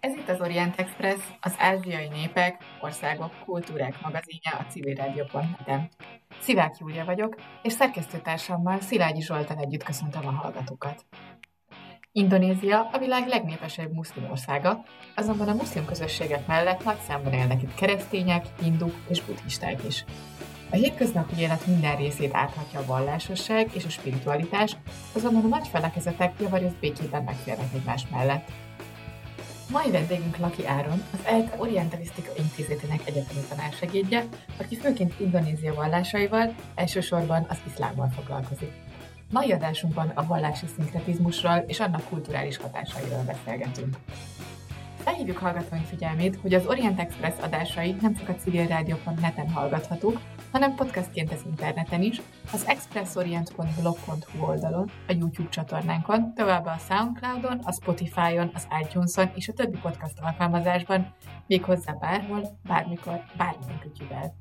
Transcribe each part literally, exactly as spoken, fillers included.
Ez itt az Orient Express, az ázsiai népek, országok, kultúrák magazinja a civil rádió pont net-en. Szivák Júlia vagyok, és szerkesztőtársammal Szilágyi Zsoltán együtt köszöntöm a hallgatókat. Indonézia a világ legnépesebb muszlim országa, azonban a muszlim közösségek mellett nagy számban élnek itt keresztények, hinduk és buddhisták is. A hétköznapi élet minden részét áthatja a vallásosság és a spiritualitás, azonban a nagy felekezetek javarészt békében megférnek egymás mellett. Mai vendégünk Laki Áron, az é e té Orientalisztika Intézetének egyetemi tanársegédje, aki főként Indonézia vallásaival, elsősorban az iszlámmal foglalkozik. Mai adásunkban a vallási szinkretizmusról és annak kulturális hatásairól beszélgetünk. Felhívjuk hallgatóink figyelmét, hogy az Orient Express adásai nem csak a civil rádió pont net-en hallgathatók, hanem podcastként az interneten is, az expressorient pont blog pont hu oldalon, a YouTube csatornánkon, továbbá a SoundCloudon, a Spotify-on, az iTunes-on és a többi podcast alkalmazásban, méghozzá bárhol, bármikor, bármilyen kütyüvel.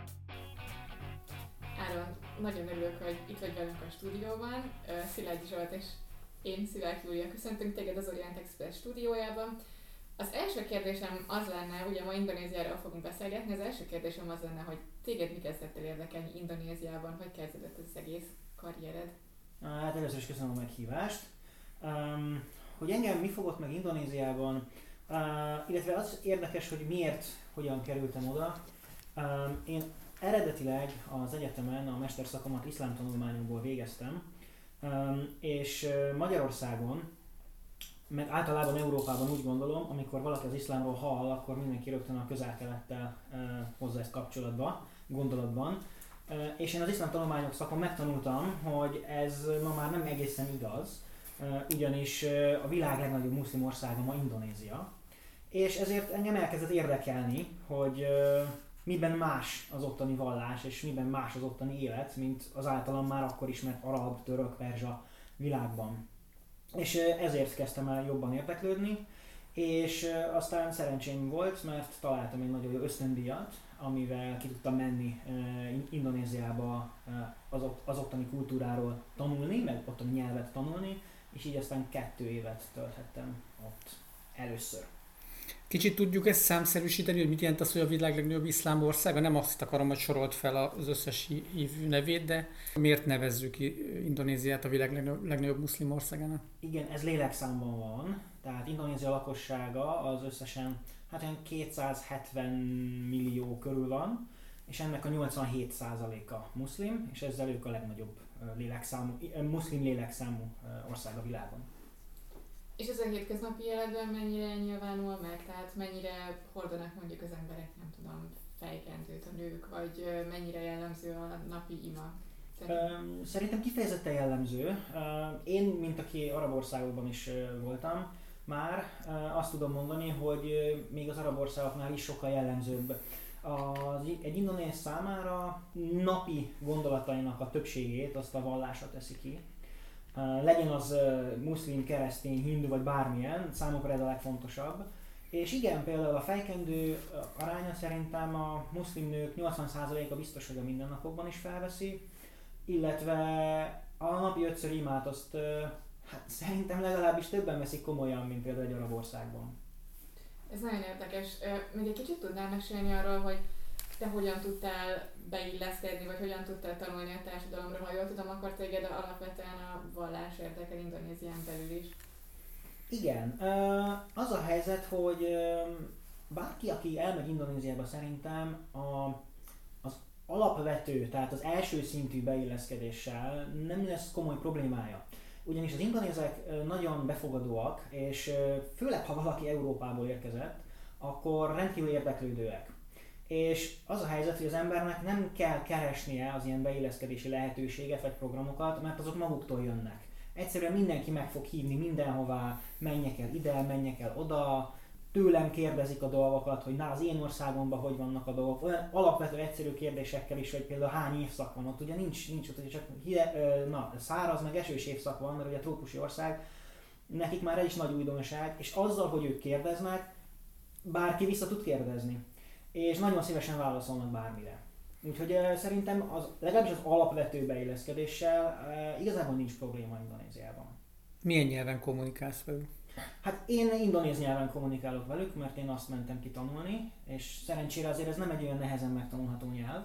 Áron, nagyon örülök, hogy itt vagy velünk a stúdióban. Szilágyi Zsolt és én, Szivák Júlia, köszöntünk téged az Orient Express stúdiójában. Az első kérdésem az lenne, ugye ma Indonéziáról fogunk beszélgetni, az első kérdésem az lenne, hogy téged mi kezdett el érdekelni Indonéziában, hogy kezdődött az egész karriered? Hát először is köszönöm a meghívást. Um, hogy engem mi fogott meg Indonéziában, uh, illetve az érdekes, hogy miért, hogyan kerültem oda. Um, én eredetileg az egyetemen a mesterszakomat iszlámtanulmányokból végeztem, um, és uh, Magyarországon, meg általában Európában úgy gondolom, amikor valaki az iszlámról hall, akkor mindenki rögtön a közel-kelettel uh, hozza ezt kapcsolatba, gondolatban. Uh, és én az iszlám tanulmányok szakon megtanultam, hogy ez ma már nem egészen igaz, uh, ugyanis uh, a világ legnagyobb muszlim országa ma Indonézia. És ezért engem elkezdett érdekelni, hogy uh, miben más az ottani vallás, és miben más az ottani élet, mint az általam már akkor ismert arab, török, perzsa világban. És ezért kezdtem el jobban érdeklődni, és aztán szerencsém volt, mert találtam egy nagyon jó ösztöndíjat, amivel ki tudtam menni Indonéziába az ottani kultúráról tanulni, meg ottani nyelvet tanulni, és így aztán kettő évet tölthettem ott először. Kicsit tudjuk ezt számszerűsíteni, hogy mit jelent az, hogy a világ legnagyobb iszlám országa? Nem azt akarom, hogy sorolt fel az összes hívő nevét, de miért nevezzük Indonéziát a világ legnagyobb, legnagyobb muszlim országának? Igen, ez lélekszámban van, tehát Indonézia lakossága az összesen hát olyan kétszázhetven millió körül van, és ennek a nyolcvanhét százaléka muszlim, és ezzel ők a legnagyobb lélekszámú, muszlim lélekszámú ország a világon. És ez a hétköznapi életben mennyire nyilvánul meg? Tehát mennyire hordanak mondjuk az emberek, nem tudom, fejkendőt a nők, vagy mennyire jellemző a napi ima? Szerintem, Szerintem kifejezetten jellemző. Én, mint aki arab országokban is voltam, már azt tudom mondani, hogy még az arab országoknál is sokkal jellemzőbb. Az, egy indonéz számára napi gondolatainak a többségét azt a vallásra teszi ki. Uh, legyen az uh, muszlim, keresztény, hindu vagy bármilyen, számukra ez a legfontosabb. És igen, például a fejkendő aránya szerintem a muszlim nők nyolcvan százaléka biztos, hogy a mindennapokban is felveszi, illetve a napi ötször imát azt uh, hát szerintem legalábbis többen veszik komolyan, mint például egy arab országban. Ez nagyon érdekes. Még egy kicsit tudnál mesélni arról, hogy te hogyan tudtál beilleszkedni, vagy hogyan tudtál tanulni a társadalomról? Ha jól tudom, akkor téged alapvetően a vallás érdekel Indonézián belül is. Igen. Az a helyzet, hogy bárki, aki elmegy Indonéziába, szerintem a, az alapvető, tehát az első szintű beilleszkedéssel nem lesz komoly problémája. Ugyanis az indonézek nagyon befogadóak, és főleg ha valaki Európából érkezett, akkor rendkívül érdeklődőek. És az a helyzet, hogy az embernek nem kell keresnie az ilyen beilleszkedési lehetőséget vagy programokat, mert azok maguktól jönnek. Egyszerűen mindenki meg fog hívni mindenhová, menjek el ide, menjek el oda, tőlem kérdezik a dolgokat, hogy na az én országomban hogy vannak a dolgok, olyan alapvető egyszerű kérdésekkel is, hogy például hány évszak van ott, ugye nincs, nincs ott, hogy csak hide, na, száraz meg esős évszak van, mert ugye trópusi ország, nekik már ez is nagy újdonság, és azzal, hogy ők kérdeznek, bárki vissza tud kérdezni. És nagyon szívesen válaszolnak bármire. Úgyhogy uh, szerintem az, legalábbis az alapvető beilleszkedéssel uh, igazából nincs probléma Indonéziában. Milyen nyelven kommunikálsz velük? Hát én indonéz nyelven kommunikálok velük, mert én azt mentem ki tanulni, és szerencsére azért ez nem egy olyan nehezen megtanulható nyelv.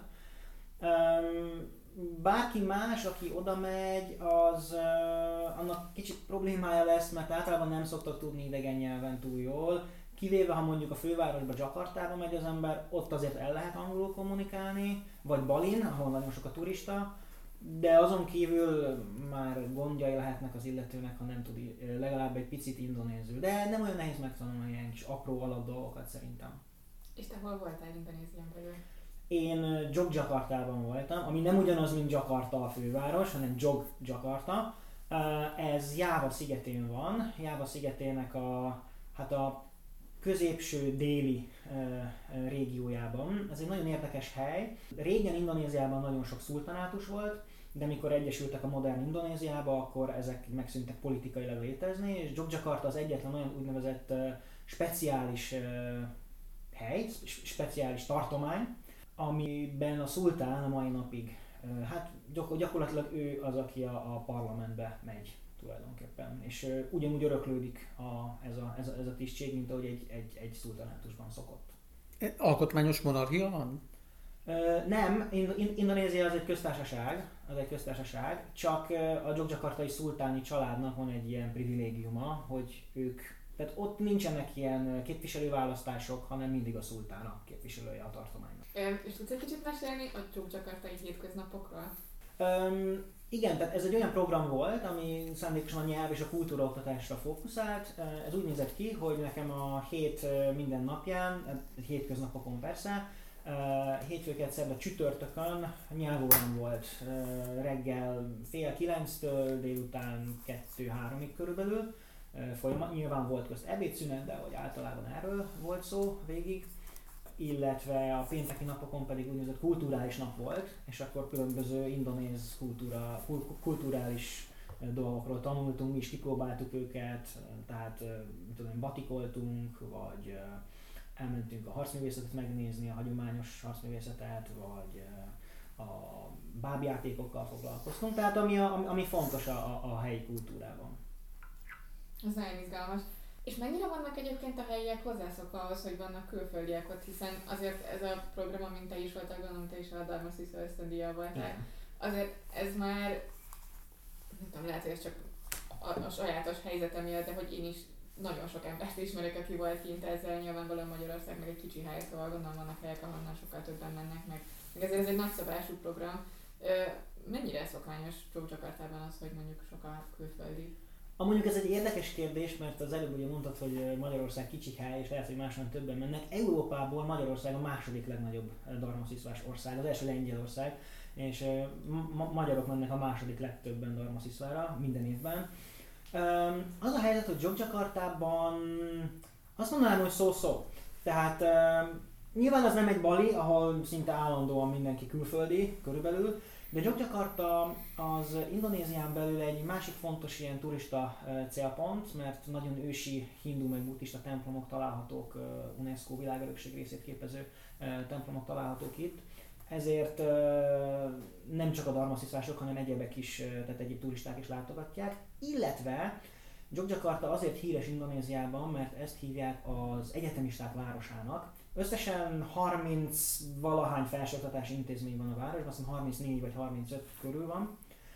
Um, bárki más, aki oda megy, az uh, annak kicsit problémája lesz, mert általában nem szoktak tudni idegen nyelven túl jól. Kivéve, ha mondjuk a fővárosba, Jakartába megy az ember, ott azért el lehet angolul kommunikálni, vagy Balin, ahol nagyon sok a turista, de azon kívül már gondjai lehetnek az illetőnek, ha nem tud legalább egy picit indonézül. De nem olyan nehéz megtanulni ilyen kis apró alap dolgokat szerintem. És te hol voltál Indonézián belül? Én Jogjakartában voltam, ami nem ugyanaz, mint Jakarta a főváros, hanem Jogjakarta. Ez Jáva szigetén van, Jáva szigetének a, hát a középső déli uh, régiójában. Ez egy nagyon érdekes hely. Régen Indonéziában nagyon sok szultanátus volt, de mikor egyesültek a modern Indonéziába, akkor ezek megszűntek politikailag létezni, és Jogjakarta az egyetlen olyan úgynevezett uh, speciális uh, hely, speciális tartomány, amiben a szultán a mai napig, uh, hát gyakor- gyakorlatilag ő az, aki a, a parlamentbe megy tulajdonképpen, és uh, ugyanúgy öröklődik a, ez, a, ez, a, ez a tisztség, mint ahogy egy, egy, egy szultanátusban szokott. Alkotmányos monarchia van? Uh, nem, Ind- Indonézia az egy köztársaság, az egy köztársaság, csak uh, a Jogjakartai szultáni családnak van egy ilyen privilégiuma, hogy ők, tehát ott nincsenek ilyen képviselőválasztások, hanem mindig a szultán a képviselője a tartománynak. Ö, és tudsz egy kicsit mesélni a Jogjakartai hétköznapokról? Um, igen, tehát ez egy olyan program volt, ami szándékosan a nyelv és a kultúraoktatásra fókuszált. Ez úgy nézett ki, hogy nekem a hét minden napján, hétköznapokon persze, hétfőket, szerdán, csütörtökön nyelvórám volt reggel fél kilenctől délután kettő-háromig körülbelül. Folyamat, nyilván volt közt ebédszünet, de hogy általában erről volt szó végig. Illetve a pénteki napokon pedig úgynevezett kulturális nap volt, és akkor különböző indonéz kultúra, kulturális dolgokról tanultunk, mi is kipróbáltuk őket, tehát tudom, batikoltunk, vagy elmentünk a harcművészetet megnézni, a hagyományos harcművészetet, vagy a bábjátékokkal foglalkoztunk, tehát ami, a, ami fontos a, a, a helyi kultúrában. Ez nagyon izgalmas. És mennyire vannak egyébként a helyiek hozzászokva ahhoz, hogy vannak külföldiek ott, hiszen azért ez a program, amint te is voltál, gondolom, te is a Dharma Szisza ösztöndíjjal voltál, azért ez már, nem tudom, lehet, hogy ez csak a, a sajátos helyzete miatt, de hogy én is nagyon sok embert ismerek, aki volt kint ezzel, nyilvánvalóan Magyarország meg egy kicsi hely, szóval gondolom vannak helyek, ahonnan sokkal többen mennek meg. Meg ezért ez egy nagyszabású program. Mennyire szokványos Jogjakartában az, hogy mondjuk sok a külföldi? A mondjuk ez egy érdekes kérdés, mert az előbb ugye mondtad, hogy Magyarország kicsi hely, és lehet, hogy máshol többen mennek. Európából Magyarország a második legnagyobb dharmasziszvás ország, az első Lengyelország, és ma- magyarok mennek a második legtöbben dharmasziszvára minden évben. Az a helyzet, hogy Jogjakartában azt mondanám, hogy szó-szó. Tehát nyilván az nem egy Bali, ahol szinte állandóan mindenki külföldi körülbelül, de Jogjakarta az Indonézián belül egy másik fontos ilyen turista célpont, mert nagyon ősi hindu meg buddhista templomok találhatók, UNESCO világörökség részét képező templomok találhatók itt. Ezért nem csak a dharmasziszvások, hanem egyebek is, tehát egyéb turisták is látogatják. Illetve Jogjakarta azért híres Indonéziában, mert ezt hívják az egyetemisták városának. Összesen harminc valahány felsőoktatási intézmény van a városban, azt hiszem harmincnégy vagy harmincöt körül van.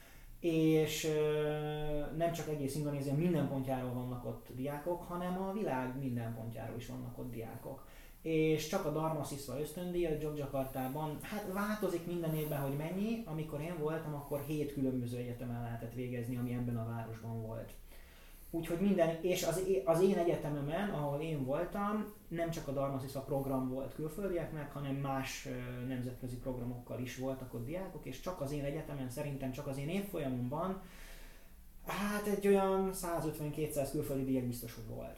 És nem csak egész Indonézia minden pontjáról vannak ott diákok, hanem a világ minden pontjáról is vannak ott diákok. És csak a Dharma Szisza ösztöndíj a Jogjakartában, hát változik minden évben, hogy mennyi. Amikor én voltam, akkor hét különböző egyetemen lehetett végezni, ami ebben a városban volt. Úgyhogy minden, és az, az én egyetememen, ahol én voltam, nem csak a Dharma Szisza program volt külföldieknek, hanem más nemzetközi programokkal is voltak ott diákok, és csak az én egyetemen, szerintem csak az én évfolyamomban, hát egy olyan százötven-kétszáz külföldi diák biztos, hogy volt.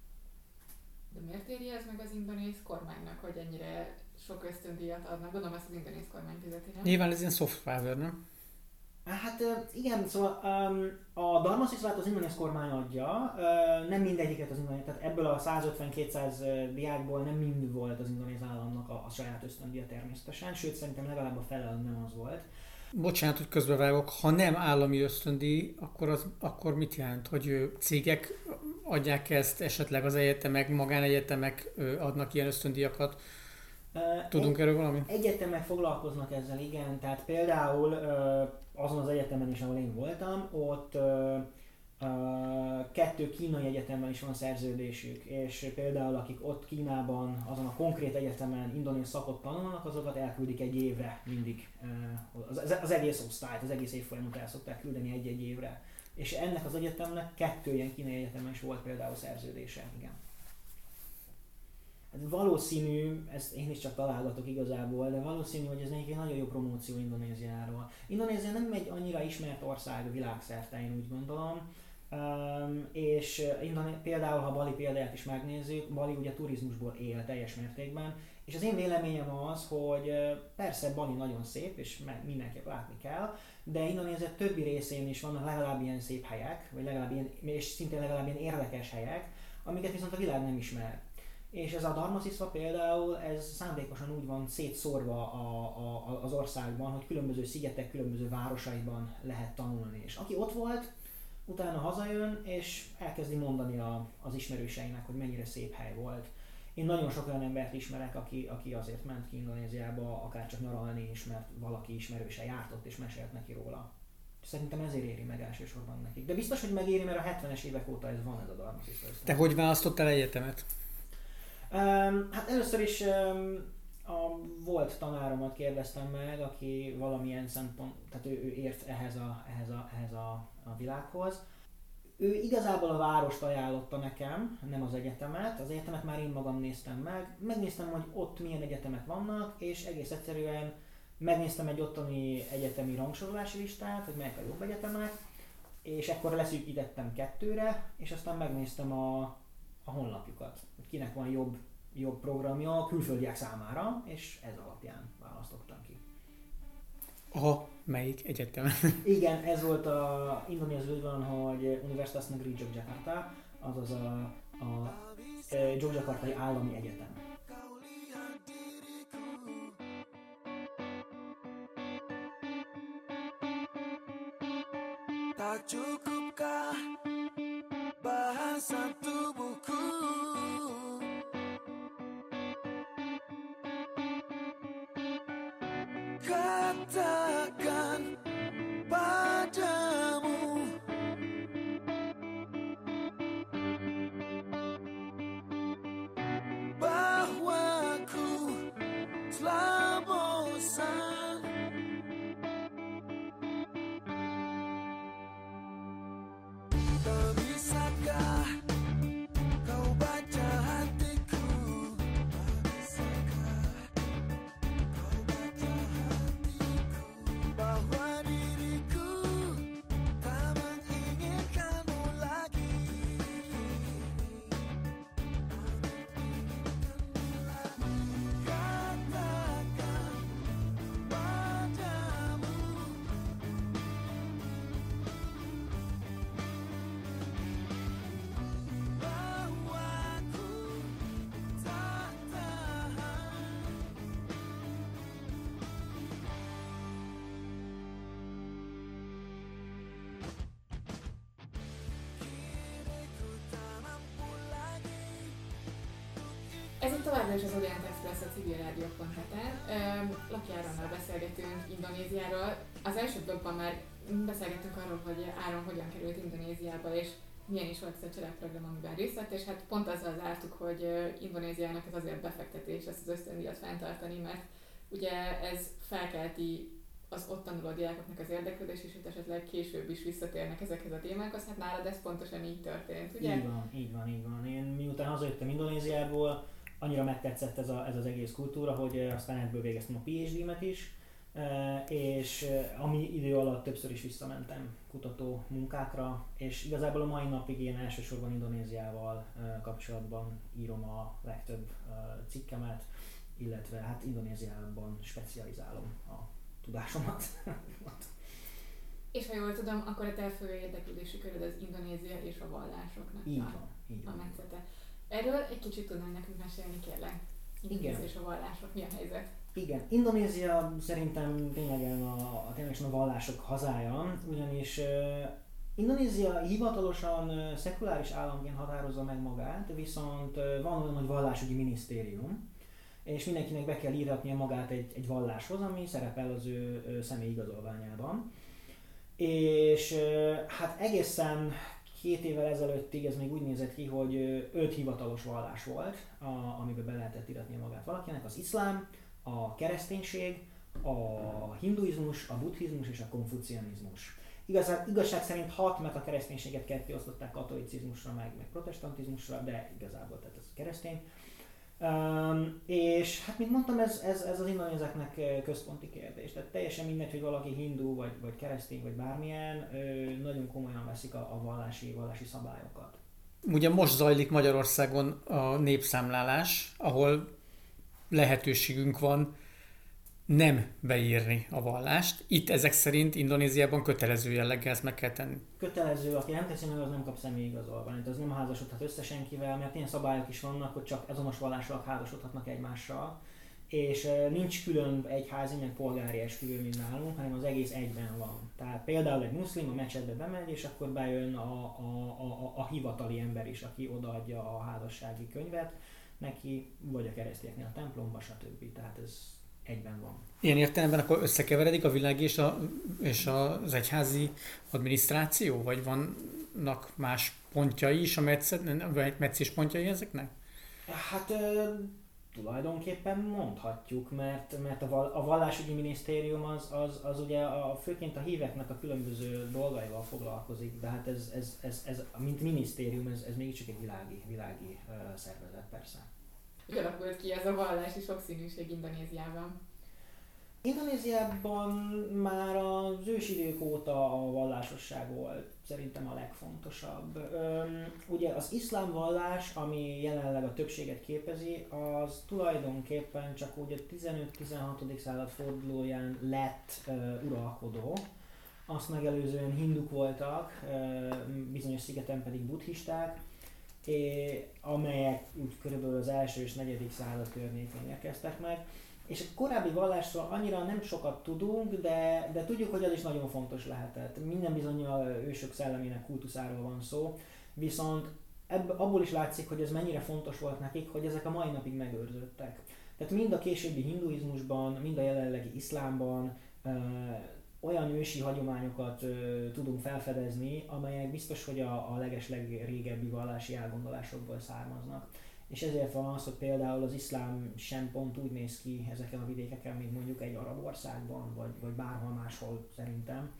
De miért éri ez meg az indonéz kormánynak, hogy ennyire sok ösztöndíjat adnak? Gondolom ezt az indonéz kormány fizeti, nem? Nyilván ez ilyen soft power, nem? Hát igen, szóval um, a Dharma Szisvát az indonéz kormány adja, uh, nem mindegyiket az indonéz, tehát ebből a százötven-kétszáz diákból nem mind volt az indonéz államnak a, a saját ösztöndíja természetesen, sőt szerintem legalább a fele nem az volt. Bocsánat, hogy közbevágok, ha nem állami ösztöndíj, akkor, az, akkor mit jelent? Hogy cégek adják ezt, esetleg az egyetemek, magánegyetemek adnak ilyen ösztöndíjakat? Tudunk Egy, erről valami? Egyetemek foglalkoznak ezzel, igen. Tehát például azon az egyetemen is, ahol én voltam, ott kettő kínai egyetemmel is van szerződésük, és például akik ott Kínában, azon a konkrét egyetemen indonéz szakot tanulnak, azokat elküldik egy évre mindig. Az, az egész osztályt, az egész évfolyamot el szokták küldeni egy-egy évre. És ennek az egyetemnek kettő ilyen kínai egyetemen is volt például szerződése, igen. Hát valószínű, ezt én is csak találgatok igazából, de valószínű, hogy ez nekik egy nagyon jó promóció Indonéziáról. Indonézia nem egy annyira ismert ország világszerte, én úgy gondolom. Um, és Indoné- például, ha Bali példáját is megnézzük, Bali ugye turizmusból él teljes mértékben, és az én véleményem az, hogy persze Bali nagyon szép, és mindenképp látni kell, de Indonézia többi részén is vannak legalább ilyen szép helyek, vagy legalább ilyen, és szintén legalább ilyen érdekes helyek, amiket viszont a világ nem ismer. És ez a Dharmasisva például, ez szándékosan úgy van szétszórva a, a, az országban, hogy különböző szigetek, különböző városaiban lehet tanulni. És aki ott volt, utána hazajön, és elkezdi mondani a, az ismerőseinek, hogy mennyire szép hely volt. Én nagyon sok olyan embert ismerek, aki, aki azért ment ki Indonéziába, akár csak nyaralni is, mert valaki ismerőse járt ott és mesélt neki róla. Szerintem ezért éri meg elsősorban nekik. De biztos, hogy megéri, mert a hetvenes évek óta ez van, ez a Dharmasisva. Te hogy választottál egyetemet? Um, hát először is um, a volt tanáromat kérdeztem meg, aki valamilyen szempont, tehát ő, ő ért ehhez, a, ehhez, a, ehhez a, a világhoz. Ő igazából a várost ajánlotta nekem, nem az egyetemet. Az egyetemet már én magam néztem meg. Megnéztem, hogy ott milyen egyetemek vannak, és egész egyszerűen megnéztem egy ottani egyetemi rangsorolási listát, hogy melyek a jobb egyetemek, és ekkor leszűkítettem kettőre, és aztán megnéztem a, a honlapjukat, hogy kinek van jobb, jobb programja a külföldiek számára, és ez alapján választottam ki. Aha, melyik egyetem? Igen, ez volt a Indonéziában, hogy Universitas Negeri Yogyakarta, azaz a, a, a Yogyakartai Állami Egyetem. Tak cukupkah bahasan tubuhku katakan padamu bahwa ku telah bosan. Ez itt továbbra is az Orient Express a civil rádió pont net-en. Laki Áronnal beszélgetünk Indonéziáról. Az első blogban már beszélgettünk arról, hogy Áron hogyan került Indonéziába, és milyen is volt ez a cselekprogram, amiben részt vett, és hát pont azzal zártuk, hogy Indonéziának ez azért befektetés ezt az ösztöndíjat fenntartani, mert ugye ez felkelti az ott tanuló diákoknak az érdeklődés, és hogy esetleg később is visszatérnek ezekhez a témákhoz. Hát nálad ez pontosan így történt, ugye? Így van, így van, így van. Én miután hazajöttem Indonéziából, annyira megtetszett ez, a, ez az egész kultúra, hogy aztán ebből végeztem a PhD-met is, és ami idő alatt többször is visszamentem kutató munkákra, és igazából a mai napig én elsősorban Indonéziával kapcsolatban írom a legtöbb cikkemet, illetve hát Indonéziában specializálom a tudásomat. És ha jól tudom, akkor a te fő érdeklődési köröd az Indonézia és a vallásoknak. Így van, így van. A metszete. Erről egy kicsit tudnál nekünk mesélni, kérlek. Indonézia és a vallások, mi a helyzet? Igen, Indonézia szerintem tényleg a, a, tényleg a vallások hazája, ugyanis uh, Indonézia hivatalosan szekuláris államként határozza meg magát, viszont van olyan, hogy vallásügyi minisztérium, és mindenkinek be kell íratnia magát egy, egy valláshoz, ami szerepel az ő, ő személyi igazolványában. És hát egészen két évvel ezelőttig ez még úgy nézett ki, hogy öt hivatalos vallás volt, a, amiben be lehetett íratnia magát valakinek: az iszlám, a kereszténység, a hinduizmus, a buddhizmus és a konfucianizmus. Igazság, igazság szerint hat, mert a kereszténységet ketté osztották katolicizmusra, meg, meg protestantizmusra, de igazából tehát ez keresztény. Um, és hát mint mondtam, ez, ez, ez az indonézeknek központi kérdés. Tehát teljesen mindegy, hogy valaki hindu, vagy, vagy keresztény, vagy bármilyen, nagyon komolyan veszik a, a vallási, vallási szabályokat. Ugye most zajlik Magyarországon a népszámlálás, ahol lehetőségünk van nem beírni a vallást. Itt ezek szerint Indonéziában kötelező jelleggel ezt meg kell tenni. Kötelező, aki nem teszi meg, az nem kap személyigazolványt, az nem házasodhat össze senkivel, mert ilyen szabályok is vannak, hogy csak azonos vallással házasodhatnak egymással, és nincs külön egyházi, meg polgári esküvő, mint nálunk, hanem az egész egyben van. Tehát például egy muszlim a mecsetbe bemegy, és akkor bejön a, a, a, a hivatali ember is, aki odaadja a házassági könyvet neki, vagy a keresztényeknél a templomba, stb. Tehát ez egyben van. Ilyen értelemben akkor összekeveredik a világi és, a, és az egyházi adminisztráció? Vagy vannak más pontjai is, a meccés pontjai ezeknek? Hát ö, tulajdonképpen mondhatjuk, mert, mert a, a vallásügyi minisztérium az, az, az ugye a, főként a híveknek a különböző dolgaival foglalkozik, de hát ez, ez, ez, ez mint minisztérium, ez, ez mégiscsak egy világi, világi uh, szervezet persze. Hogy alakult ki ez a vallási sokszínűség Indonéziában? Indonéziában már az ősidők óta a vallásosság volt szerintem a legfontosabb. Üm, ugye az iszlám vallás, ami jelenleg a többséget képezi, az tulajdonképpen csak ugye a tizenöt-tizenhatodik század fordulóján lett uh, uralkodó. Azt megelőzően hinduk voltak, uh, bizonyos szigeten pedig buddhisták, É, amelyek úgy körülbelül az első és negyedik század környékén érkeztek meg. És a korábbi vallásról annyira nem sokat tudunk, de, de tudjuk, hogy az is nagyon fontos lehetett. Minden bizonnyal ősök szellemének kultuszáról van szó, viszont ebb, abból is látszik, hogy ez mennyire fontos volt nekik, hogy ezek a mai napig megőrződtek. Tehát mind a későbbi hinduizmusban, mind a jelenlegi iszlámban ö, olyan ősi hagyományokat ö, tudunk felfedezni, amelyek biztos, hogy a, a legeslegrégebbi vallási elgondolásokból származnak. És ezért van az, hogy például az iszlám sem pont úgy néz ki ezeken a vidékeken, mint mondjuk egy arab országban, vagy, vagy bárhol máshol szerintem.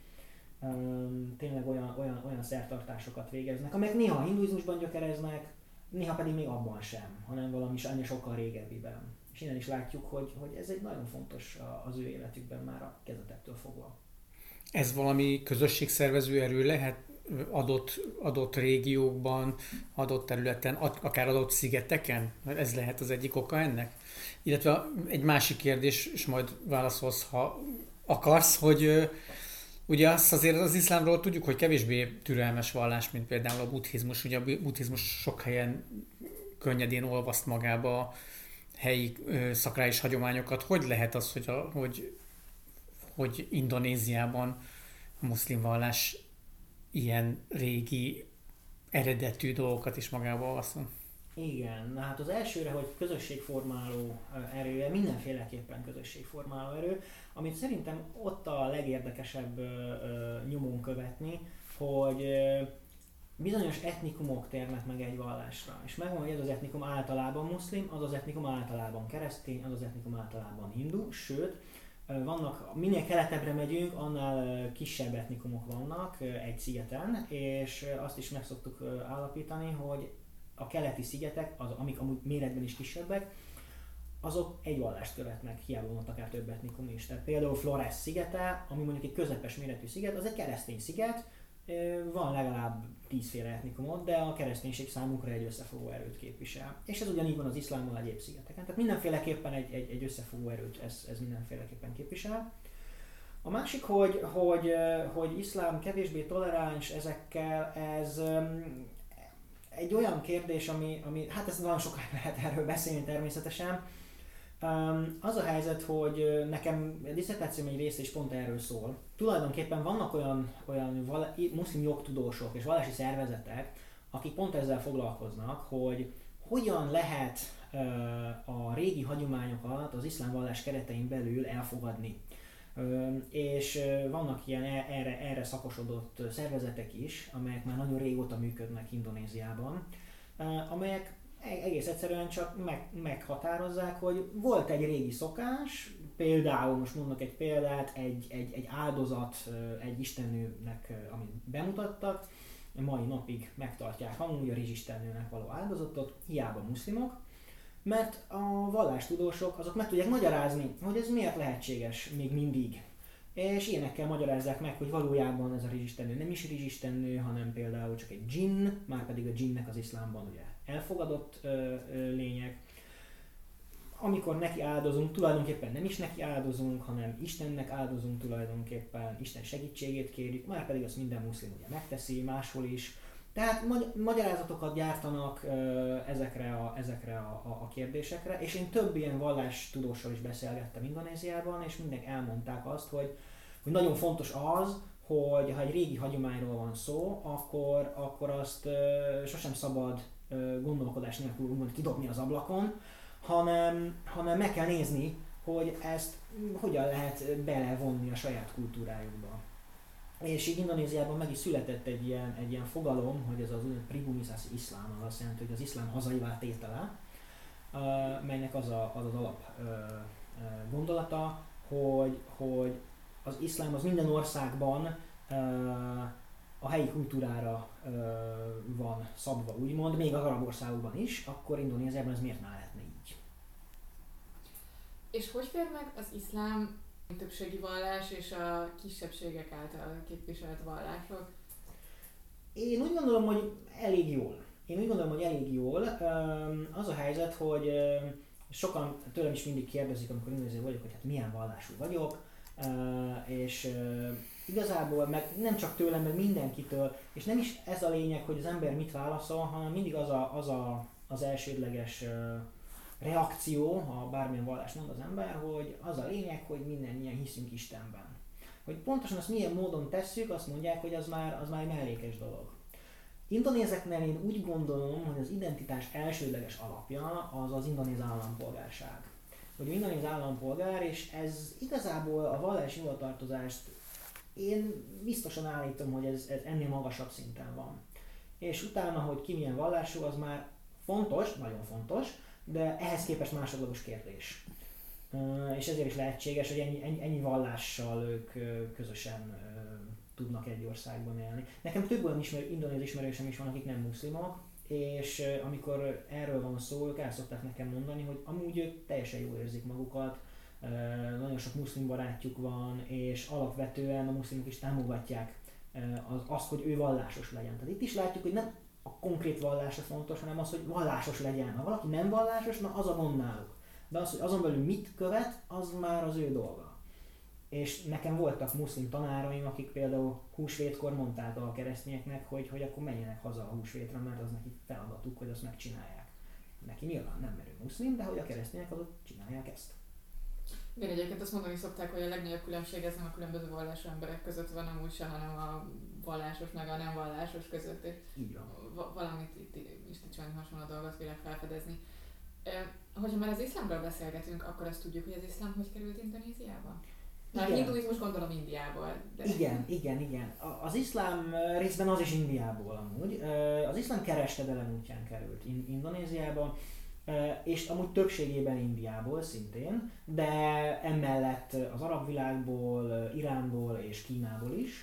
Üm, tényleg olyan, olyan, olyan szertartásokat végeznek, amelyek néha a hinduizmusban gyökereznek, néha pedig még abban sem, hanem valami ennél sokkal régebbiben. És innen is látjuk, hogy, hogy ez egy nagyon fontos az ő életükben már a kezdetektől fogva. Ez valami közösségszervező erő lehet adott, adott régiókban, adott területen, akár adott szigeteken? Ez lehet az egyik oka ennek? Illetve egy másik kérdés, és majd válaszolsz, ha akarsz, hogy ugye azt azért az iszlámról tudjuk, hogy kevésbé türelmes vallás, mint például a buddhizmus. Ugye a buddhizmus sok helyen könnyedén olvaszt magába helyi szakrális hagyományokat. Hogy lehet az, hogy, a, hogy, hogy Indonéziában a muszlim vallás ilyen régi, eredetű dolgokat is magába olvaszol? Igen, na hát az elsőre, hogy közösségformáló erője, mindenféleképpen közösségformáló erő, amit szerintem ott a legérdekesebb ö, ö, nyomon követni, hogy ö, bizonyos etnikumok térnek meg egy vallásra, és megvan, hogy ez az etnikum általában muszlim, az az etnikum általában keresztény, az az etnikum általában hindu, sőt, vannak, minél keletebbre megyünk, annál kisebb etnikumok vannak egy szigeten, és azt is meg szoktuk állapítani, hogy a keleti szigetek, az, amik amúgy méretben is kisebbek, azok egy vallást követnek, hiába van akár több etnikum is. Tehát például Flores szigete, ami mondjuk egy közepes méretű sziget, az egy keresztény sziget, van legalább tízféle etnikumot, de a kereszténység számukra egy összefogó erőt képvisel. És ez ugyanígy van az iszlámmal egyéb szigeteken. Tehát mindenféleképpen egy, egy, egy összefogó erőt ez, ez mindenféleképpen képvisel. A másik, hogy, hogy, hogy iszlám kevésbé toleráns ezekkel, ez egy olyan kérdés, ami, ami hát ez nagyon sokáig lehet erről beszélni természetesen. Um, az a helyzet, hogy nekem a diszertációm egy része is pont erről szól. Tulajdonképpen vannak olyan, olyan val- muszlim jogtudósok és vallási szervezetek, akik pont ezzel foglalkoznak, hogy hogyan lehet uh, a régi hagyományokat az iszlám vallás keretein belül elfogadni. Uh, és uh, vannak ilyen erre, erre szakosodott szervezetek is, amelyek már nagyon régóta működnek Indonéziában, uh, amelyek egész egyszerűen csak meg, meghatározzák, hogy volt egy régi szokás, például, most mondok egy példát, egy, egy, egy áldozat egy istennőnek, amit bemutattak, mai napig megtartják amúgy a rizsistennőnek való áldozatot, hiába muszlimok, mert a vallástudósok azok meg tudják magyarázni, hogy ez miért lehetséges még mindig. És ilyenekkel magyarázzák meg, hogy valójában ez a rizsistennő nem is rizsistennő, hanem például csak egy dzsinn, már pedig a dzsinnnek az iszlámban ugye elfogadott ö, ö, lények. Amikor neki áldozunk, tulajdonképpen nem is neki áldozunk, hanem Istennek áldozunk tulajdonképpen, Isten segítségét kérjük, már pedig azt minden muszlim ugye megteszi, máshol is. Tehát magy- magyarázatokat gyártanak ö, ezekre, a, ezekre a, a, a kérdésekre, és én több ilyen vallástudóssal is beszélgettem Indonéziában, és mindenki elmondták azt, hogy, hogy nagyon fontos az, hogy ha egy régi hagyományról van szó, akkor, akkor azt ö, sosem szabad ö, gondolkodás nélkül úgymond kidobni az ablakon, hanem, hanem meg kell nézni, hogy ezt hogyan lehet belevonni a saját kultúrájukba. És így Indonéziában meg is született egy ilyen, egy ilyen fogalom, hogy ez az úgynevezett pribumisasi iszlám, az azt jelenti, hogy az iszlám hazaivá tétele, uh, melynek az a, az, az alap uh, uh, gondolata, hogy, hogy az iszlám az minden országban uh, a helyi kultúrára uh, van szabva, úgymond, még az arab országokban is, akkor Indonéziában ez miért ne lehetne így? És hogy fér meg az iszlám többségi vallás és a kisebbségek által képviselt vallások? Én úgy gondolom, hogy elég jól. Én úgy gondolom, hogy elég jól. Az a helyzet, hogy sokan tőlem is mindig kérdezik, amikor Indonéziában vagyok, hogy hát milyen vallású vagyok, és igazából meg nem csak tőlem, meg mindenkitől, és nem is ez a lényeg, hogy az ember mit válaszol, hanem mindig az a, az, a, az elsődleges reakció, ha bármilyen vallás mond az ember, hogy az a lényeg, hogy mindannyian hiszünk Istenben. Hogy pontosan azt milyen módon tesszük, azt mondják, hogy az már, az már egy mellékes dolog. Indonézeknél én úgy gondolom, hogy az identitás elsődleges alapja az az indonéz állampolgárság. Hogy indonéz állampolgár, és ez igazából a vallási hovatartozást én biztosan állítom, hogy ez, ez ennél magasabb szinten van. És utána, hogy ki milyen vallású, az már fontos, nagyon fontos, de ehhez képest másodlagos kérdés. Uh, és ezért is lehetséges, hogy ennyi, ennyi, ennyi vallással ők uh, közösen uh, tudnak egy országban élni. Nekem több olyan ismer, indonéz ismerősöm is van, akik nem muszlimok, és uh, amikor erről van szó, ők el szokták nekem mondani, hogy amúgy ők teljesen jól érzik magukat, uh, nagyon sok muszlim barátjuk van, és alapvetően a muszlimok is támogatják uh, az, azt, hogy ő vallásos legyen. Tehát itt is látjuk, hogy nem a konkrét vallás a fontos, hanem az, hogy vallásos legyen. Ha valaki nem vallásos, na az a gond náluk. De az, hogy azon belül mit követ, az már az ő dolga. És nekem voltak muszlim tanáraim, akik például húsvétkor mondták a keresztényeknek, hogy, hogy akkor menjenek haza a húsvétra, mert az neki feladatuk, hogy azt megcsinálják. Neki nyilván nem, mert ő muszlim, de hogy a keresztények azok csinálják ezt. Igen, egyébként azt mondani szokták, hogy a legnagyobb különbség ez nem a különböző vallású emberek között van amúgy se, hanem a vallásos meg a nem vallásos között. Így van. Va- valamit itt is valami hasonló dolgot vélek felfedezni. E, hogyha már az iszlámról beszélgetünk, akkor azt tudjuk, hogy az iszlám hogy került Indonéziába? Már a hinduizmus gondolom Indiából. De... Igen, igen, igen. Az iszlám részben az is Indiából amúgy. Az iszlám kereskedelem útján került Indonéziába, és amúgy többségében Indiából szintén, de emellett az arab világból, Iránból és Kínából is.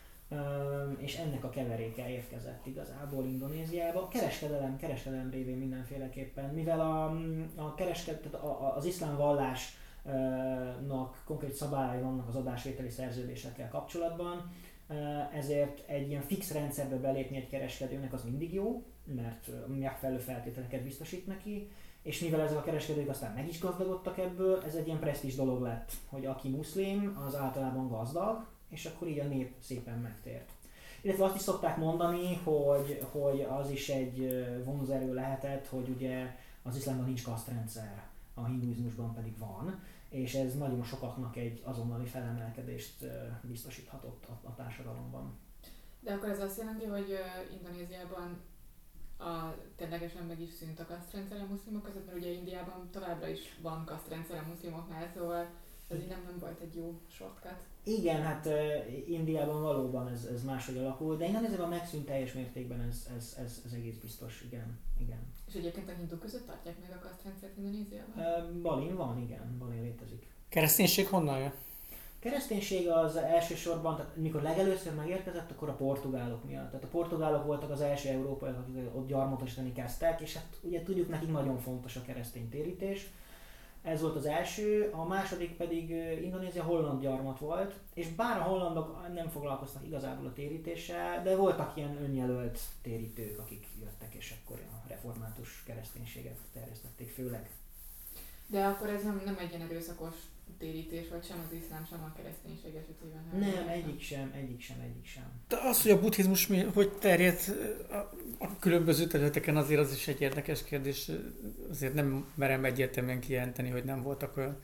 És ennek a keveréke érkezett igazából Indonéziába. Kereskedelem, kereskedelem révén mindenféleképpen, mivel a, a keresked, tehát a, az iszlám vallásnak konkrét szabályai vannak az adásvételi szerződésekkel kapcsolatban, ezért egy ilyen fix rendszerbe belépni egy kereskedőnek az mindig jó, mert megfelelő feltételeket biztosít neki, és mivel ezek a kereskedők aztán meg is gazdagodtak ebből, ez egy ilyen presztízs dolog lett, hogy aki muszlim, az általában gazdag, és akkor így a nép szépen megtért. Illetve azt is szokták mondani, hogy, hogy az is egy vonzerő lehetett, hogy ugye az iszlámban nincs kasztrendszer. a hinduizmusban pedig van, és ez nagyon sokaknak egy azonnali felemelkedést biztosíthatott a, a társadalomban. De akkor ez azt jelenti, hogy uh, Indonéziában a, ténylegesen meg is szűnt a kasztrendszer a muszlimok között, mert ugye Indiában továbbra is van kasztrendszer a muszlimoknál, szóval ez így nem, nem volt egy jó shortcut. Igen, hát uh, Indiában valóban ez, ez máshogy alakul, de Indonéziában megszűnt teljes mértékben, ez, ez, ez, ez egész biztos, igen, igen. És egyébként a hinduk között tartják meg a kasztrendszert Indonéziában? Uh, Balin van, igen, Balin létezik. Kereszténység honnan jön? Kereszténység az elsősorban, tehát mikor legelőször megérkezett, akkor a portugálok miatt. Tehát a portugálok voltak az első európaiak, akik ott gyarmatosítani kezdtek, és hát ugye tudjuk, nekik nagyon fontos a keresztény térítés. Ez volt az első, a második pedig Indonézia holland gyarmat volt, és bár a hollandok nem foglalkoztak igazából a térítéssel, de voltak ilyen önjelölt térítők, akik jöttek, és akkor a református kereszténységet terjesztették főleg. De akkor ez nem, nem egy ilyen erőszakos térítés, vagy sem az iszlám, sem a kereszténység esetében? Nem, egyik sem, egyik sem, egyik sem. De az, hogy a buddhizmus mi, hogy terjedt a, a különböző területeken, azért az is egy érdekes kérdés. Azért nem merem egyértelműen kijelenteni, hogy nem voltak olyan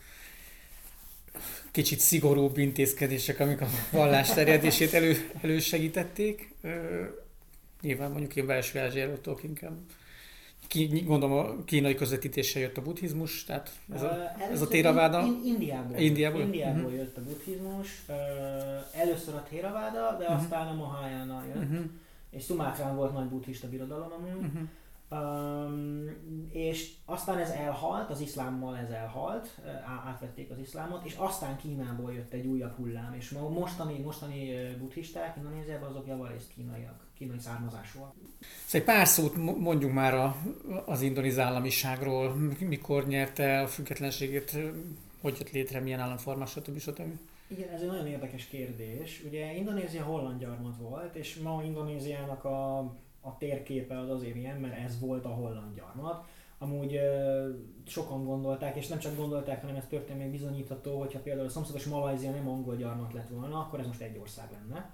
kicsit szigorúbb intézkedések, amik a vallás terjedését elő, elősegítették. Nyilván mondjuk én belső Ázsiáról inkább. Ki, gondolom a kínai közvetítéssel jött a buddhizmus, tehát ez a, ez a Theravada. In, Indiából, Indiából, Indiából uh-huh. jött a buddhizmus, először a Theravada, de uh-huh. aztán a Mahayana jött, uh-huh. és Szumátrán volt nagy buddhista birodalom amúgy. Uh-huh. Um, és aztán ez elhalt, az iszlámmal ez elhalt, átvették az iszlámot, és aztán Kínából jött egy újabb hullám, és mostani, mostani buddhisták Indonéziában azok javarészt kínaiak, kínai származásúak. Szóval egy pár szót mondjunk már a, az indonéz államiságról, mikor nyerte a függetlenségét, hogy jött létre, milyen államforma, stb. stb. Igen, ez egy nagyon érdekes kérdés. Ugye Indonézia holland gyarmat volt, és ma Indonéziának a a térképe az azért ilyen, mert ez volt a holland gyarmat. Amúgy uh, sokan gondolták, és nem csak gondolták, hanem ez történt még bizonyítható, hogyha például a szomszédos Malajzia nem angol gyarmat lett volna, akkor ez most egy ország lenne.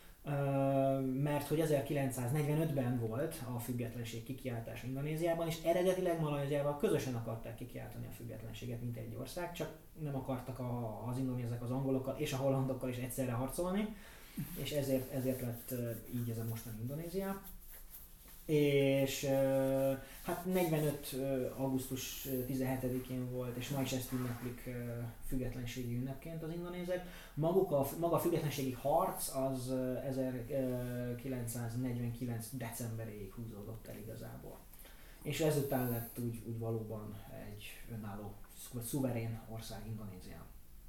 Uh, mert hogy ezerkilencszáznegyvenötben volt a függetlenség kikiáltása Indonéziában, és eredetileg Malajziával közösen akarták kikiáltani a függetlenséget, mint egy ország, csak nem akartak a, az indonézek az angolokkal és a hollandokkal is egyszerre harcolni, és ezért, ezért lett uh, így ez a mostani Indonézia. És hát negyvenöt. augusztus tizenhetedikén volt, és ma is ezt ünneplik függetlenségi ünnepként az indonézek. Maguk a, maga a függetlenségi harc az ezerkilencszáznegyvenkilenc. decemberéig húzódott el igazából. És ezután lett úgy, úgy valóban egy önálló, szuverén ország Indonézia.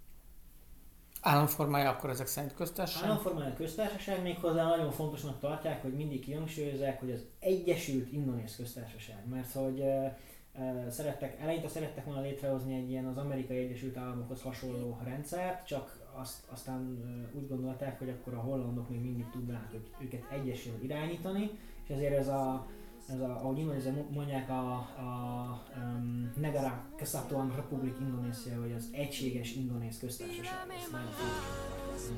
Államformája akkor ezek szerint köztársaság? Államformája köztársaság, méghozzá nagyon fontosnak tartják, hogy mindig kihangsúlyozzák, hogy az Egyesült Indonéz Köztársaság, mert hogy e, e, szerettek, eleinte szerettek volna létrehozni egy ilyen az Amerikai Egyesült Államokhoz hasonló rendszert, csak azt, aztán e, úgy gondolták, hogy akkor a hollandok még mindig tudnák őket egyesével irányítani, és ezért ez a Ez a, ahogy Indonézia mondják, a, a um, Negara Kesatuan Republik Indonésia, vagy az egységes indonéz köztársaság. Ez nagyon fontos.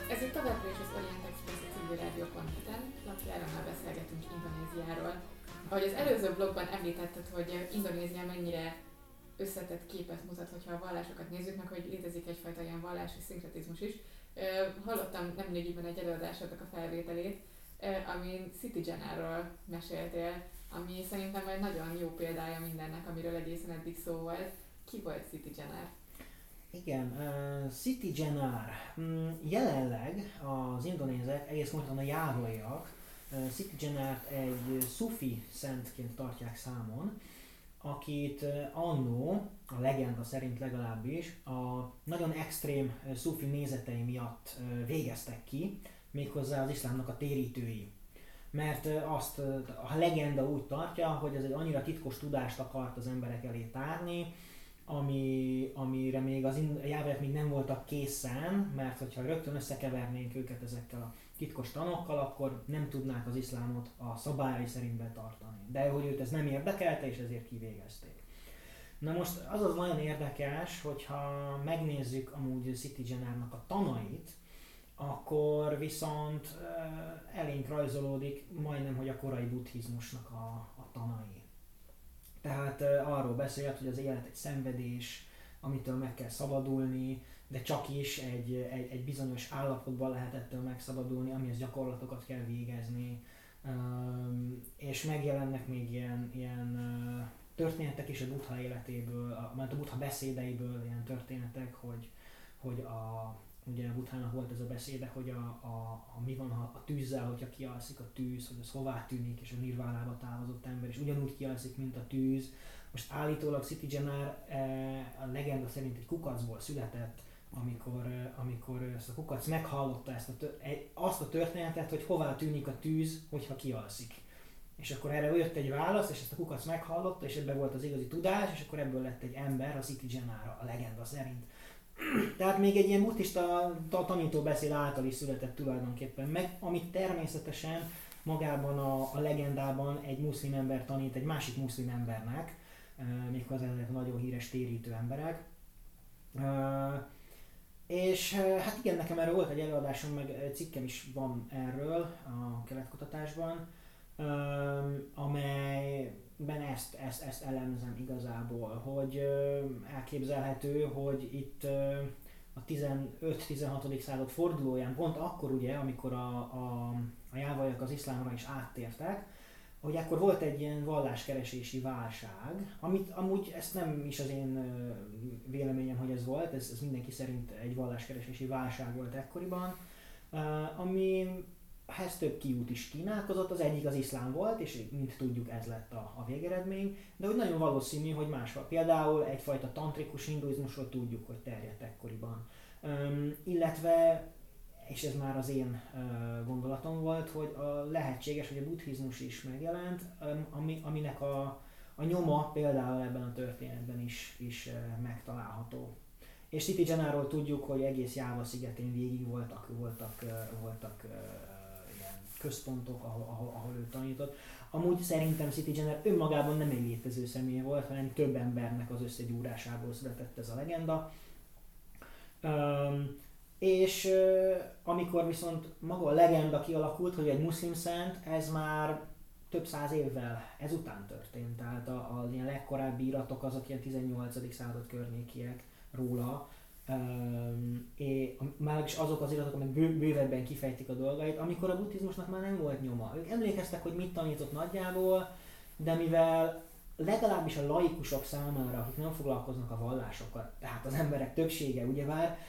Ez itt továbbra is az Orient Express a civil rádió pont net-en, Laki Áronnal beszélgetünk Indonéziáról. Ahogy az előző blogban említetted, hogy Indonézia mennyire összetett képet mutat, hogyha a vallásokat nézzük, meg hogy létezik egyfajta ilyen vallási szinkretizmus is. Hallottam nemrégiben egy előadásodnak a felvételét, amin Siti Jenáról meséltél, ami szerintem egy nagyon jó példája mindennek, amiről egészen eddig szó volt. Ki volt Siti Jenar? Igen, uh, Siti Jenar. Mm, jelenleg az indonézek, egész pontosan a jávaiak, uh, Siti Jenart egy szufi szentként tartják számon, akit uh, annó, a legenda szerint legalábbis, a nagyon extrém uh, szufi nézetei miatt uh, végeztek ki, méghozzá az iszlámnak a térítői. Mert uh, azt uh, a legenda úgy tartja, hogy ez egy annyira titkos tudást akart az emberek elé tárni, Ami, amire még az jávaiak még nem voltak készen, mert hogyha rögtön összekevernénk őket ezekkel a titkos tanokkal, akkor nem tudnák az iszlámot a szabályai szerint betartani. De hogy őt ez nem érdekelte, és ezért kivégezték. Na most az az nagyon érdekes, hogyha megnézzük amúgy Siti Jenarnak a tanait, akkor viszont elénk rajzolódik majdnem, hogy a korai buddhizmusnak a, a tanai. Tehát uh, arról beszélt, hogy az élet egy szenvedés, amitől meg kell szabadulni, de csak is egy, egy, egy bizonyos állapotban lehet ettől megszabadulni, amihez gyakorlatokat kell végezni. Um, és megjelennek még ilyen, ilyen uh, történetek is a Buddha életéből, a, mert a Buddha beszédeiből ilyen történetek, hogy, hogy a, ugye a Buddhának volt ez a beszéde, hogy a, a, a mi van a, a tűzzel, hogyha kialszik a tűz, hogy az hová tűnik, és a nirvánába távozott ember, és ugyanúgy kialszik, mint a tűz. Most állítólag Siti Jenar e, a legenda szerint egy kukacból született, amikor, e, amikor ezt a kukac meghallotta ezt a, azt a történetet, hogy hová tűnik a tűz, hogyha kialszik. És akkor erre jött egy válasz, és ezt a kukac meghallotta, és ebben volt az igazi tudás, és akkor ebből lett egy ember, a Siti Jenar a legenda szerint. Tehát még egy ilyen buddhista tanítóbeszéd által is született tulajdonképpen meg, amit természetesen magában a, a legendában egy muszlim ember tanít egy másik muszlim embernek, uh, méghozzá ezek nagyon híres térítő emberek. Uh, és uh, hát igen, nekem erről volt egy előadásom, meg cikkem is van erről a keletkutatásban, uh, amelyben ezt, ezt, ezt elemzem igazából, hogy uh, elképzelhető, hogy itt uh, a tizenöt-tizenhatodik század fordulóján, pont akkor ugye, amikor a, a, a jávaiak az iszlámra is áttértek, hogy akkor volt egy ilyen valláskeresési válság, amit amúgy ezt nem is az én véleményem, hogy ez volt, ez, ez mindenki szerint egy valláskeresési válság volt ekkoriban, uh, amihez több kiút is kínálkozott, az egyik az iszlám volt, és mint tudjuk ez lett a, a végeredmény, de hogy nagyon valószínű, hogy máshol. Például egyfajta tantrikus hinduizmusról tudjuk, hogy terjedt ekkoriban. Um, illetve, és ez már az én uh, gondolatom volt, hogy a lehetséges, hogy a buddhizmus is megjelent, um, ami, aminek a, a nyoma például ebben a történetben is, is uh, megtalálható. És Siti Jenarról tudjuk, hogy egész Jáva szigetén végig voltak, voltak, uh, voltak uh, ilyen központok, ahol, ahol, ahol ő tanított. Amúgy szerintem Siti Jenar önmagában nem egy létező személy volt, hanem több embernek az összegyúrásából született ez a legenda. Um, és uh, amikor viszont maga a legenda kialakult, hogy egy muszlim szent, ez már több száz évvel ezután történt. Tehát az ilyen legkorábbi iratok azok ilyen tizennyolcadik század környékiek róla. Um, és már is azok az iratok, amik bő, bővebben kifejtik a dolgait, amikor a buddhizmusnak már nem volt nyoma. Ők emlékeztek, hogy mit tanított nagyjából, de mivel legalábbis a laikusok számára, akik nem foglalkoznak a vallásokkal, tehát az emberek többsége ugyebár,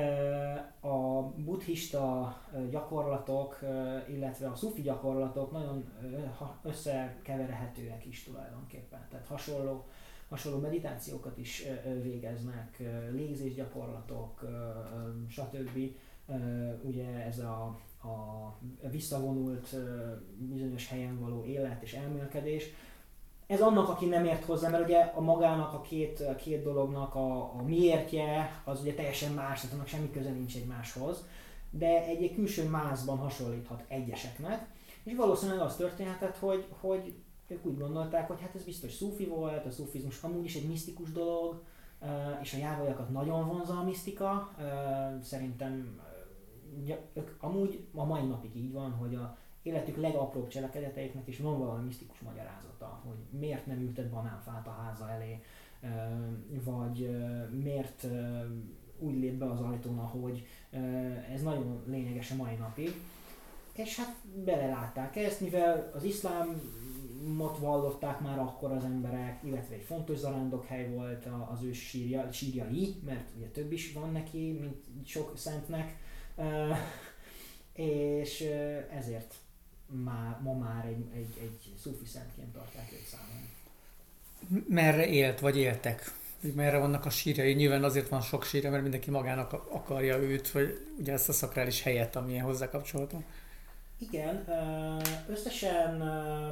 a buddhista gyakorlatok, illetve a szufi gyakorlatok nagyon összekeverhetőek is tulajdonképpen. Tehát hasonló, hasonló meditációkat is végeznek, légzésgyakorlatok, stb. Ugye ez a, a visszavonult bizonyos helyen való élet és elmélkedés. Ez annak, aki nem ért hozzá, mert ugye a magának a két, a két dolognak a, a miértje az ugye teljesen más, tehát annak semmi köze nincs egymáshoz, de egy, egy külső mászban hasonlíthat egyeseknek, és valószínűleg az történhetett, hogy, hogy ők úgy gondolták, hogy hát ez biztos szufi volt, a szufizmus amúgy is egy misztikus dolog, és a jávaiakat nagyon vonza a misztika, szerintem amúgy a mai napig így van, hogy a életük legapróbb cselekedeteiknek is van valami misztikus magyarázata, hogy miért nem ültet banánfát a háza elé, vagy miért úgy lép be az ajtón, ahogy. Ez nagyon lényeges a mai napig. És hát belelátták ezt, mivel az iszlámot vallották már akkor az emberek, illetve egy fontos zarándokhely volt az ő sírja, sírjai, mert ugye több is van neki, mint sok szentnek, és ezért már, ma már egy, egy, egy szufi szentként tartják őt számon. Merre élt, vagy éltek? Merre vannak a sírjai? Nyilván azért van sok sírja, mert mindenki magának akarja őt, vagy ugye ezt a szakrális helyet, amilyen hozzá kapcsolható. Igen, összesen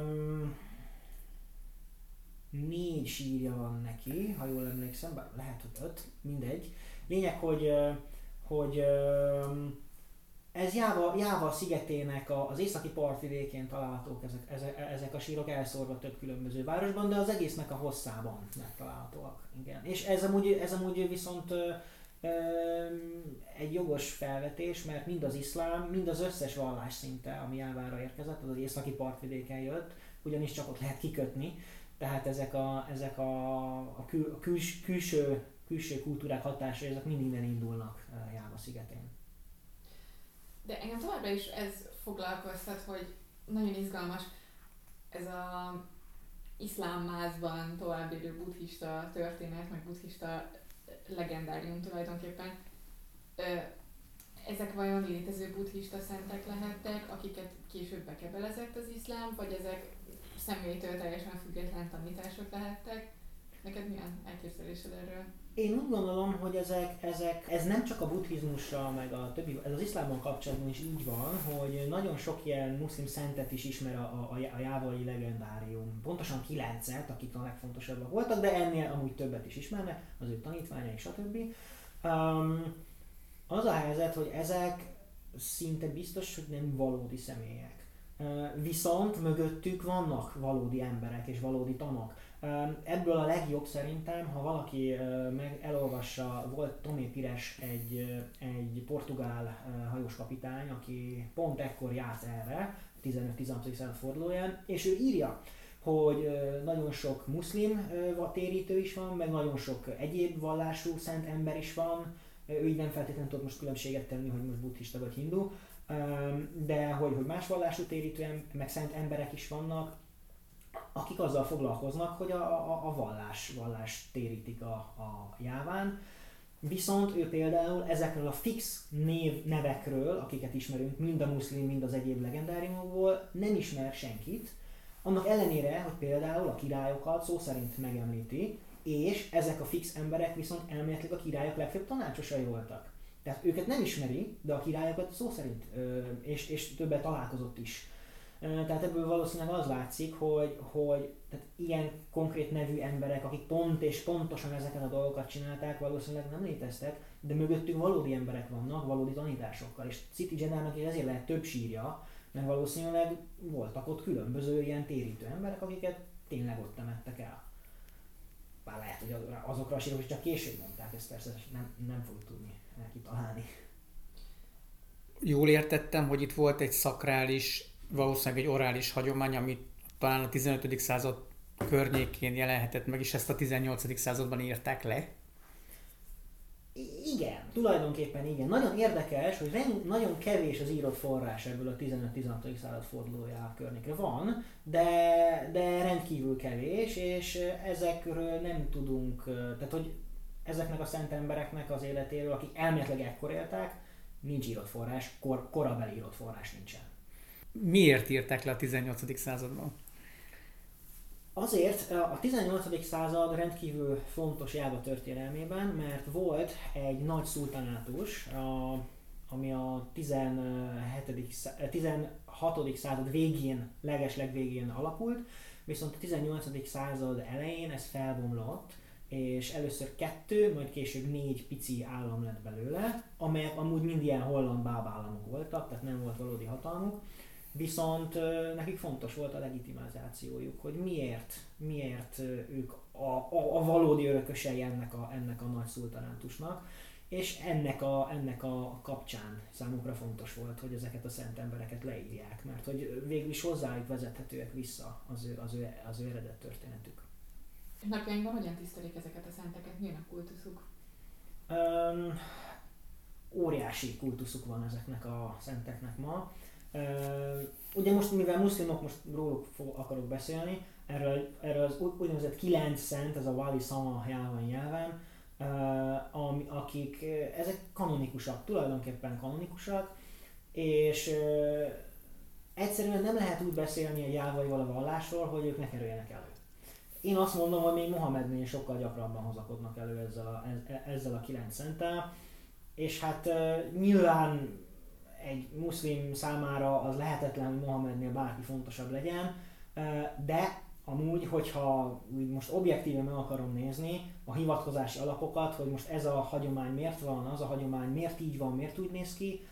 négy sírja van neki, ha jól emlékszem, bár lehet, hogy öt, mindegy. Lényeg, hogy, hogy ez Jáva, Jáva szigetének az északi partvidékén találhatók ezek, ezek, ezek a sírok, elszórva több különböző városban, de az egésznek a hosszában megtalálhatóak. Igen. És ez amúgy, ez amúgy viszont egy jogos felvetés, mert mind az iszlám, mind az összes vallás szinte, ami Jávára érkezett, az az északi partvidéken jött, ugyanis csak ott lehet kikötni, tehát ezek a, ezek a, a, kül, a küls, külső, külső kultúrák hatásai, ezek mind innen indulnak Jáva szigetén. De engem továbbra is ez foglalkoztat, hogy nagyon izgalmas ez a iszlám mázban továbbélő buddhista történet, meg buddhista legendárium tulajdonképpen. Ezek vajon létező buddhista szentek lehettek, akiket később bekebelezett az iszlám, vagy ezek személytől teljesen független tanítások lehettek? Neked milyen elképzelésed erről? Én úgy gondolom, hogy ezek, ezek, ez nem csak a buddhizmusra, meg a többi, ez az iszlámban kapcsolatban is így van, hogy nagyon sok ilyen muszlim szentet is ismer a, a, a jávai legendárium. Pontosan kilencet, akik a legfontosabbak voltak, de ennél amúgy többet is ismernek, az ő tanítványai, stb. Um, az a helyzet, hogy ezek szinte biztos, hogy nem valódi személyek. Uh, viszont mögöttük vannak valódi emberek és valódi tanok. Ebből a legjobb szerintem, ha valaki meg elolvassa, volt Tomé Pires egy, egy portugál hajóskapitány, aki pont ekkor járt erre, tizenöt-tizenhat. század fordulóján, és ő írja, hogy nagyon sok muszlim térítő is van, meg nagyon sok egyéb vallású szent ember is van, ő így nem feltétlenül tud most különbséget tenni, hogy most buddhista vagy hindu, de hogy, hogy más vallású térítő, meg szent emberek is vannak, akik azzal foglalkoznak, hogy a, a, a vallás, vallás térítik a, a Jáván. Viszont ő például ezekről a fix név, nevekről, akiket ismerünk, mind a muszlim, mind az egyéb legendáriumokból nem ismer senkit. Annak ellenére, hogy például a királyokat szó szerint megemlíti, és ezek a fix emberek viszont elméletileg a királyok legfőbb tanácsosai voltak. Tehát őket nem ismeri, de a királyokat szó szerint, és, és többet találkozott is. Tehát ebből valószínűleg az látszik, hogy, hogy tehát ilyen konkrét nevű emberek, akik pont és pontosan ezeket a dolgokat csinálták, valószínűleg nem léteztek, de mögöttük valódi emberek vannak, valódi tanításokkal. És City Jennernek ezért lehet több sírja, mert valószínűleg voltak ott különböző ilyen térítő emberek, akiket tényleg ott temettek el. Bár lehet, hogy azokra a sírok is csak később mondták, ezt persze nem, nem fogjuk tudni kitalálni. Jól értettem, hogy itt volt egy szakrális, valószínűleg egy orális hagyomány, amit talán a tizenötödik század környékén jelenhetett meg, és ezt a tizennyolcadik században írták le. Igen, tulajdonképpen igen. Nagyon érdekes, hogy rend, nagyon kevés az írott forrás ebből a tizenöt-tizenhat. század fordulója környékre van, de, de rendkívül kevés, és ezekről nem tudunk, tehát hogy ezeknek a szent embereknek az életéről, akik elméletileg ekkor éltek, nincs írott forrás, kor, korabeli írott forrás nincsen. Miért írták le a tizennyolcadik században? Azért a tizennyolcadik század rendkívül fontos Jáva történelmében, mert volt egy nagy szultanátus, a, ami a tizenhatodik század végén, legesleg végén alakult, viszont a tizennyolcadik század elején ez felbomlott, és először kettő, majd később négy pici állam lett belőle, amelyek amúgy mind ilyen holland bábállamok voltak, tehát nem volt valódi hatalmuk. Viszont nekik fontos volt a legitimizációjuk, hogy miért, miért ők a, a, a valódi örökösei ennek a, ennek a nagy szultanátusnak, és ennek a, ennek a kapcsán számukra fontos volt, hogy ezeket a szent embereket leírják, mert hogy végül is hozzájuk vezethetőek vissza az ő, az ő, az ő eredet történetük. Napjainkban hogyan tisztelik ezeket a szenteket? Milyen a kultuszuk? Um, óriási kultuszuk van ezeknek a szenteknek ma. Uh, ugye most, mivel muszlimok, most róluk fog, akarok beszélni, erről, erről az úgynevezett kilenc szent, ez a Wali Sama Jávai nyelven, uh, ami, akik, ezek kanonikusak, tulajdonképpen kanonikusak, és uh, egyszerűen nem lehet úgy beszélni a jávaival a vallásról, hogy ők ne kerüljenek elő. Én azt mondom, hogy még Mohamednél sokkal gyakrabban hozakodnak elő ezzel a, ezzel a kilenc szenttel, és hát uh, nyilván egy muszlim számára az lehetetlen, hogy Mohamednél bárki fontosabb legyen, uh, de amúgy, hogyha úgy most objektíven meg akarom nézni a hivatkozási alapokat, hogy most ez a hagyomány miért van, az a hagyomány miért így van, miért úgy néz ki,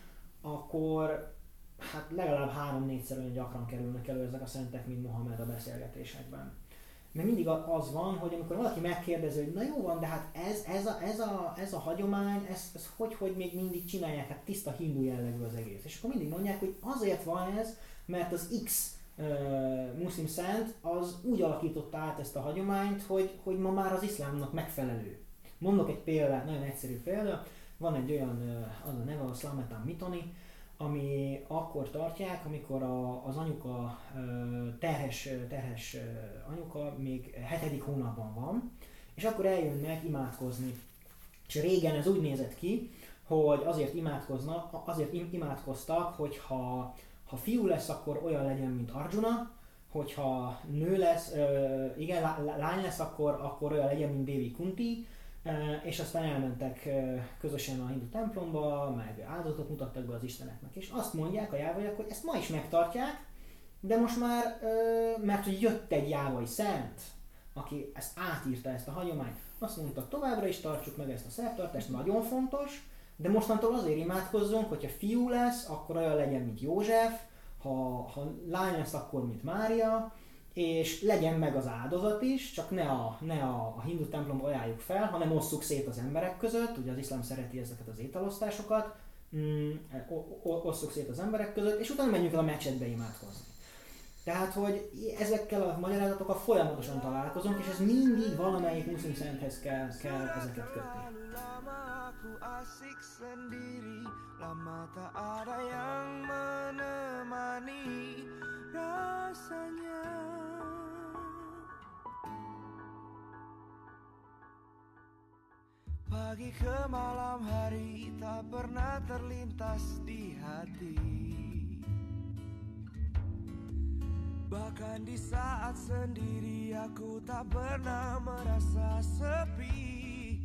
akkor hát legalább három-négyszer olyan gyakran kerülnek elő ezek a szentek, mint Mohamed a beszélgetésekben. Mert mindig az van, hogy amikor valaki megkérdezi, hogy na jó van, de hát ez, ez, a, ez, a, ez a hagyomány, ez, ez hogy, hogy még mindig csinálják, hát tiszta hindu jellegű az egész. És akkor mindig mondják, hogy azért van ez, mert az X uh, muszlim szent az úgy alakította át ezt a hagyományt, hogy, hogy ma már az iszlámnak megfelelő. Mondok egy példát, nagyon egyszerű példa, van egy olyan, uh, az a neve, a Slametan Mitoni, ami akkor tartják, amikor a, az anyuka, terhes, terhes anyuka még hetedik hónapban van, és akkor eljönnek imádkozni. És régen ez úgy nézett ki, hogy azért imádkoznak, azért imádkoztak, hogy ha, ha fiú lesz, akkor olyan legyen, mint Arjuna, hogyha nő lesz, igen, lány lesz, akkor, akkor olyan legyen, mint Devi Kunti, és aztán elmentek közösen a hindu templomba, meg áldozatot mutattak be az isteneknek. És azt mondják a jávaiak, hogy ezt ma is megtartják, de most már, mert hogy jött egy jávai szent, aki ezt átírta, ezt a hagyományt, azt mondta, továbbra is tartsuk meg ezt a szertartást, nagyon fontos, de mostantól azért imádkozzunk, hogyha fiú lesz, akkor olyan legyen, mint József, ha, ha lány lesz, akkor, mint Mária, és legyen meg az áldozat is, csak ne a, ne a, a hindu templomba ajánljuk fel, hanem osszuk szét az emberek között, ugye az iszlám szereti ezeket az ételosztásokat, mm, osszuk szét az emberek között, és utána menjünk el a mecsetbe imádkozni. Tehát, hogy ezekkel a magyarázatokkal folyamatosan találkozunk, és ez mindig valamelyik muszlim szenthez kell, kell ezeket kötni. Pagi ke malam hari tak pernah terlintas di hati. Bahkan di saat sendiri aku tak pernah merasa sepi.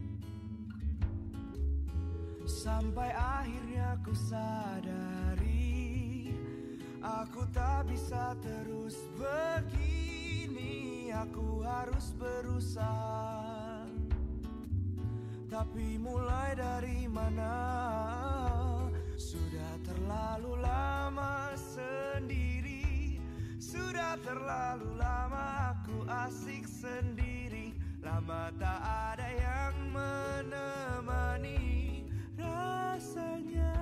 Sampai akhirnya ku sadari, aku tak bisa terus begini, aku harus berusaha. Tapi mulai dari mana? Sudah terlalu lama sendiri, sudah terlalu lama aku asik sendiri. Lama tak ada yang menemani rasanya.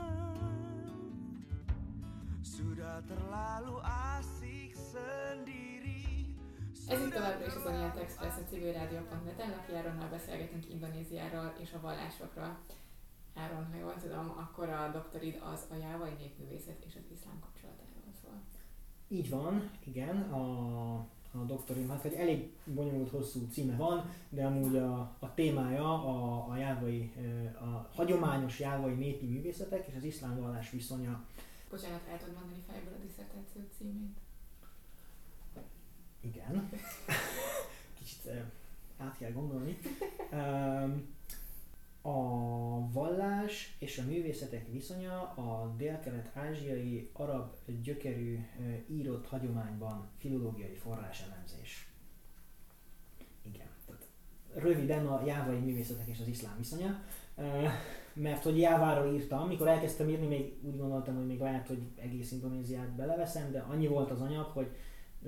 Sudah terlalu asik sendiri. Ez itt továbbra is az Orient Express, a civil rádió pont net-en, Laki Áronnal beszélgetünk Indonéziáról és a vallásokról. Áron, ha jól tudom, akkor a doktorid az a jávai népművészet és az iszlám kapcsolatáról szól. Így van, igen, a, a doktorim, hát egy elég bonyolult hosszú címe van, de amúgy a, a témája a, a jávai, a hagyományos jávai népi művészetek és az iszlám vallás viszonya. Bocsánat, el tudod mondani fejből a disszertáció címét? Igen. Kicsit uh, át kell gondolni. Um, a vallás és a művészetek viszonya a délkelet-ázsiai arab gyökerű uh, írott hagyományban filológiai forráselemzés. Igen. Tehát röviden a jávai művészetek és az iszlám viszonya. Uh, mert hogy Jáváról írtam, amikor elkezdtem írni, még úgy gondoltam, hogy még lehet, hogy egész Indonéziát beleveszem, de annyi volt az anyag, hogy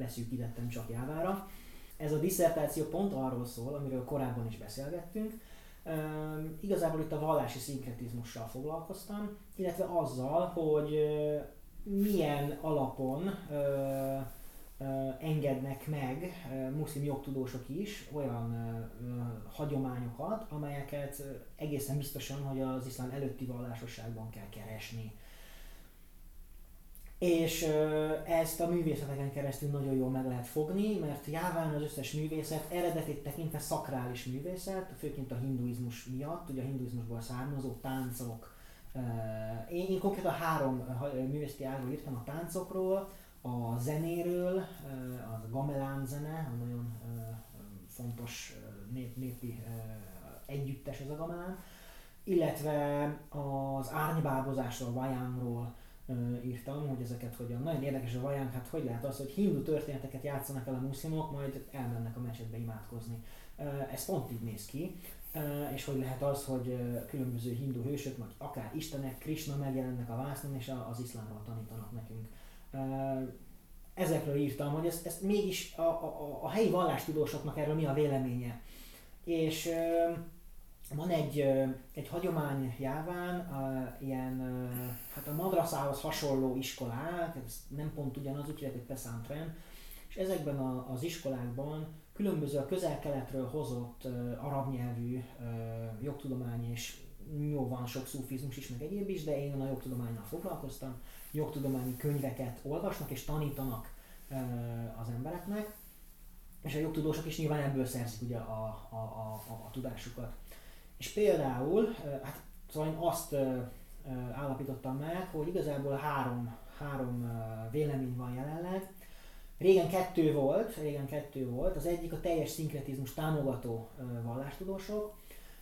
leszűkítettem csak Jávára. Ez a disszertáció pont arról szól, amiről korábban is beszélgettünk, Uh, igazából itt a vallási szinkretizmussal foglalkoztam, illetve azzal, hogy uh, milyen alapon uh, uh, engednek meg uh, muszlim jogtudósok is olyan uh, uh, hagyományokat, amelyeket uh, egészen biztosan, hogy az iszlám előtti vallásosságban kell keresni. És uh, ezt a művészeteken keresztül nagyon jól meg lehet fogni, mert jáván az összes művészet eredetét tekintve szakrális művészet, főként a hinduizmus miatt, ugye a hinduizmusból származó táncok. Uh, én, én konkrétan három uh, művészeti ágról írtam, a táncokról, a zenéről, uh, az a gamelán zene, a nagyon uh, fontos uh, nép, népi uh, együttes ez a gamelán, illetve az árnybábozásról, a vajánról írtam, hogy ezeket hogyan. Nagyon érdekes a vaján, hát hogy lehet az, hogy hindu történeteket játszanak el a muszlimok, majd elmennek a mecsetbe imádkozni. Ez pont így néz ki, és hogy lehet az, hogy különböző hindu hősök, vagy akár istenek, Krishna megjelennek a vásznon, és az iszlámról tanítanak nekünk. Ezekről írtam, hogy ezt, ezt mégis a, a, a helyi vallástudósoknak erről mi a véleménye. És van egy, egy hagyomány jáván, uh, ilyen, uh, hát a madraszához hasonló iskolák, ez nem pont ugyanaz, úgy hívják, hogy Pesantren, és ezekben a, az iskolákban különböző a közel-keletről hozott uh, arab nyelvű uh, jogtudomány, és jó, van sok szufizmus is, meg egyéb is, de én a jogtudománynal foglalkoztam, jogtudományi könyveket olvasnak és tanítanak uh, az embereknek, és a jogtudósok is nyilván ebből szerzik ugye a, a, a, a, a tudásukat. És például, hát szóval én azt állapítottam meg, hogy igazából három, három vélemény van jelenleg. Régen kettő volt, régen kettő volt. Az egyik a teljes szinkretizmus támogató vallástudósok,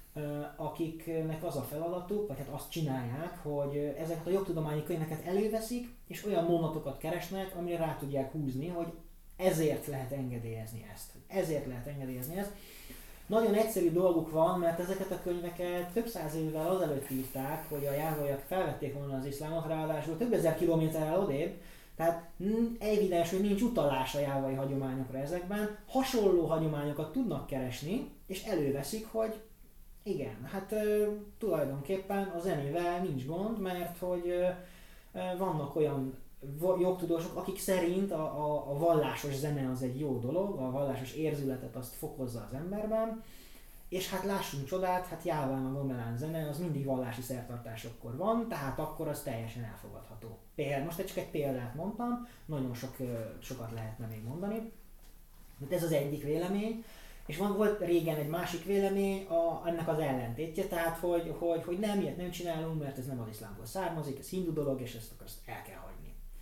akiknek az a feladatuk, vagy hát azt csinálják, hogy ezeket a jogtudományi könyveket előveszik, és olyan mondatokat keresnek, amire rá tudják húzni, hogy ezért lehet engedélyezni ezt. Ezért lehet engedélyezni ezt. Nagyon egyszerű dolguk van, mert ezeket a könyveket több száz évvel azelőtt írták, hogy a jávaiak felvették volna az iszlámot, ráadásul több ezer kilométerrel odébb, tehát evidens, hogy nincs utalás a jávai hagyományokra ezekben, hasonló hagyományokat tudnak keresni, és előveszik, hogy igen, hát e, tulajdonképpen a zenével nincs gond, mert hogy e, vannak olyan jogtudósok, akik szerint a, a, a vallásos zene az egy jó dolog, a vallásos érzületet azt fokozza az emberben, és hát lássunk csodát, hát jáván a gamelán zene az mindig vallási szertartásokkor van, tehát akkor az teljesen elfogadható. Például, most csak egy példát mondtam, nagyon sok, sokat lehetne még mondani, de ez az egyik vélemény, és van, volt régen egy másik vélemény, a, ennek az ellentétje, tehát hogy, hogy, hogy nem, ilyet nem csinálunk, mert ez nem az iszlámból származik, ez hindu dolog, és ezt, ezt el kell hagyni.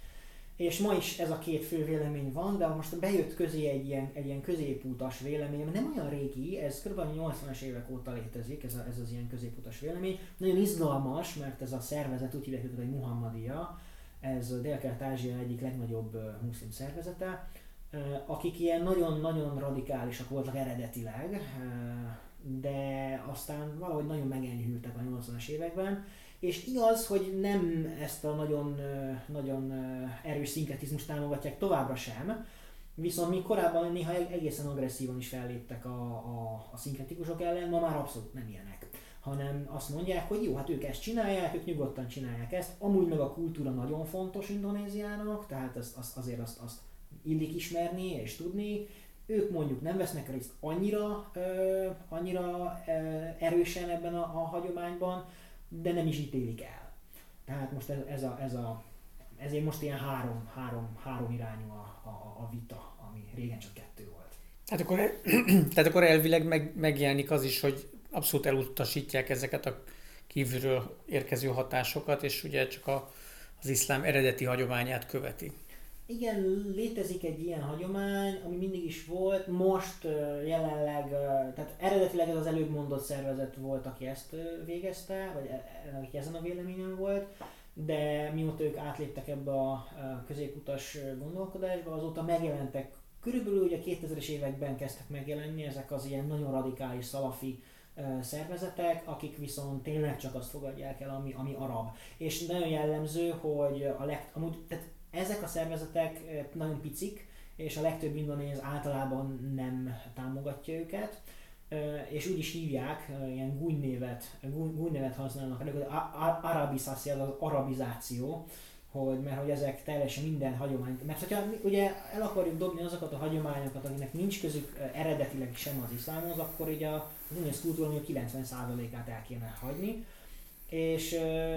És ma is ez a két fő vélemény van, de most bejött közé egy ilyen, egy ilyen középutas vélemény, ami nem olyan régi, ez kb. nyolcvanas évek óta létezik, ez, a, ez az ilyen középutas vélemény. Nagyon izgalmas, mert ez a szervezet úgy hívják, hogy Muhammadia, ez a Dél-Kelet-Ázsia egyik legnagyobb uh, muszlim szervezete, uh, akik ilyen nagyon-nagyon radikálisak voltak eredetileg, uh, de aztán valahogy nagyon megenyhültek a nyolcvanas években. És igaz, hogy nem ezt a nagyon, nagyon erős szinkretizmust támogatják továbbra sem, viszont még korábban néha egészen agresszívan is felléptek a, a, a szinkretikusok ellen, ma már abszolút nem ilyenek. Hanem azt mondják, hogy jó, hát ők ezt csinálják, ők nyugodtan csinálják ezt, amúgy meg a kultúra nagyon fontos Indonéziának, tehát azt, azt, azért azt, azt illik ismerni és tudni. Ők mondjuk nem vesznek részt annyira, ö, annyira ö, erősen ebben a, a hagyományban, de nem is ítélik el. Tehát most ez, ez a, ez a, ezért most ilyen három, három, három irányú a, a, a vita, ami régen csak kettő volt. Tehát akkor, tehát akkor elvileg meg, megjelenik az is, hogy abszolút elutasítják ezeket a kívülről érkező hatásokat, és ugye csak a, az iszlám eredeti hagyományát követi. Igen, létezik egy ilyen hagyomány, ami mindig is volt, most jelenleg, tehát eredetileg ez az előbb mondott szervezet volt, aki ezt végezte, vagy aki ezen a véleményen volt, de mióta ők átléptek ebbe a középutas gondolkodásba, azóta megjelentek, körülbelül ugye a kétezres években kezdtek megjelenni ezek az ilyen nagyon radikális szalafi szervezetek, akik viszont tényleg csak azt fogadják el, ami, ami arab. És nagyon jellemző, hogy a leg, amúgy, tehát ezek a szervezetek nagyon picik, és a legtöbb indonéz általában nem támogatja őket. és úgy is hívják, ilyen gúnynévet, gúnynévet használnak, arabisasi, az arabizáció, hogy, mert hogy ezek teljesen minden hagyomány, mert hogyha ugye el akarjuk dobni azokat a hagyományokat, akinek nincs közük eredetileg sem az iszlámhoz, akkor ugye az uniós kultúra kilencven százalékát el kéne hagyni, és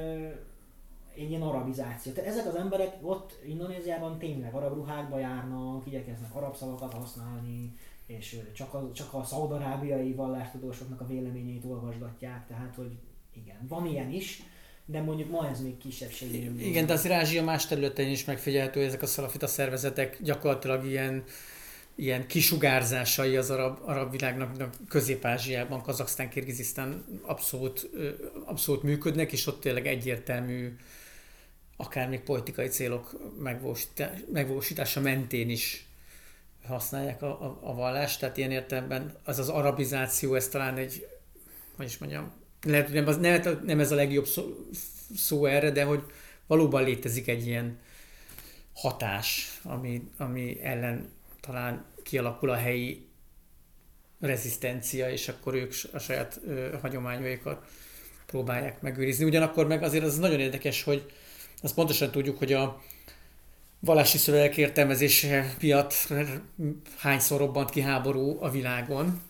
egy ilyen arabizáció. Tehát ezek az emberek ott Indonéziában tényleg arab ruhákba járnak, igyekeznek arab szavakat használni, és csak a, csak a szaudarábiai vallástudósoknak a véleményeit olvasgatják, tehát hogy igen, van ilyen is, de mondjuk ma ez még kisebbség. Igen, de azért Ázsia más területein is megfigyelhető, hogy ezek a szalafita szervezetek gyakorlatilag ilyen, ilyen kisugárzásai az arab, arab világnak, Közép-Ázsiában, Kazaksztán, Kirgizisztán abszolút, abszolút működnek, és ott tényleg egyértelmű, akár még politikai célok megvalósítása mentén is használják a, a, a vallást, tehát ilyen értelemben az az arabizáció, ez talán egy, hogy is mondjam, lehet, hogy nem, az, nem, nem ez a legjobb szó, szó erre, de hogy valóban létezik egy ilyen hatás, ami, ami ellen talán kialakul a helyi rezisztencia, és akkor ők a saját ö, hagyományaikat próbálják megőrizni. Ugyanakkor meg azért az nagyon érdekes, hogy azt pontosan tudjuk, hogy a vallási szövegek értelmezése miatt hányszor robbant ki háború a világon,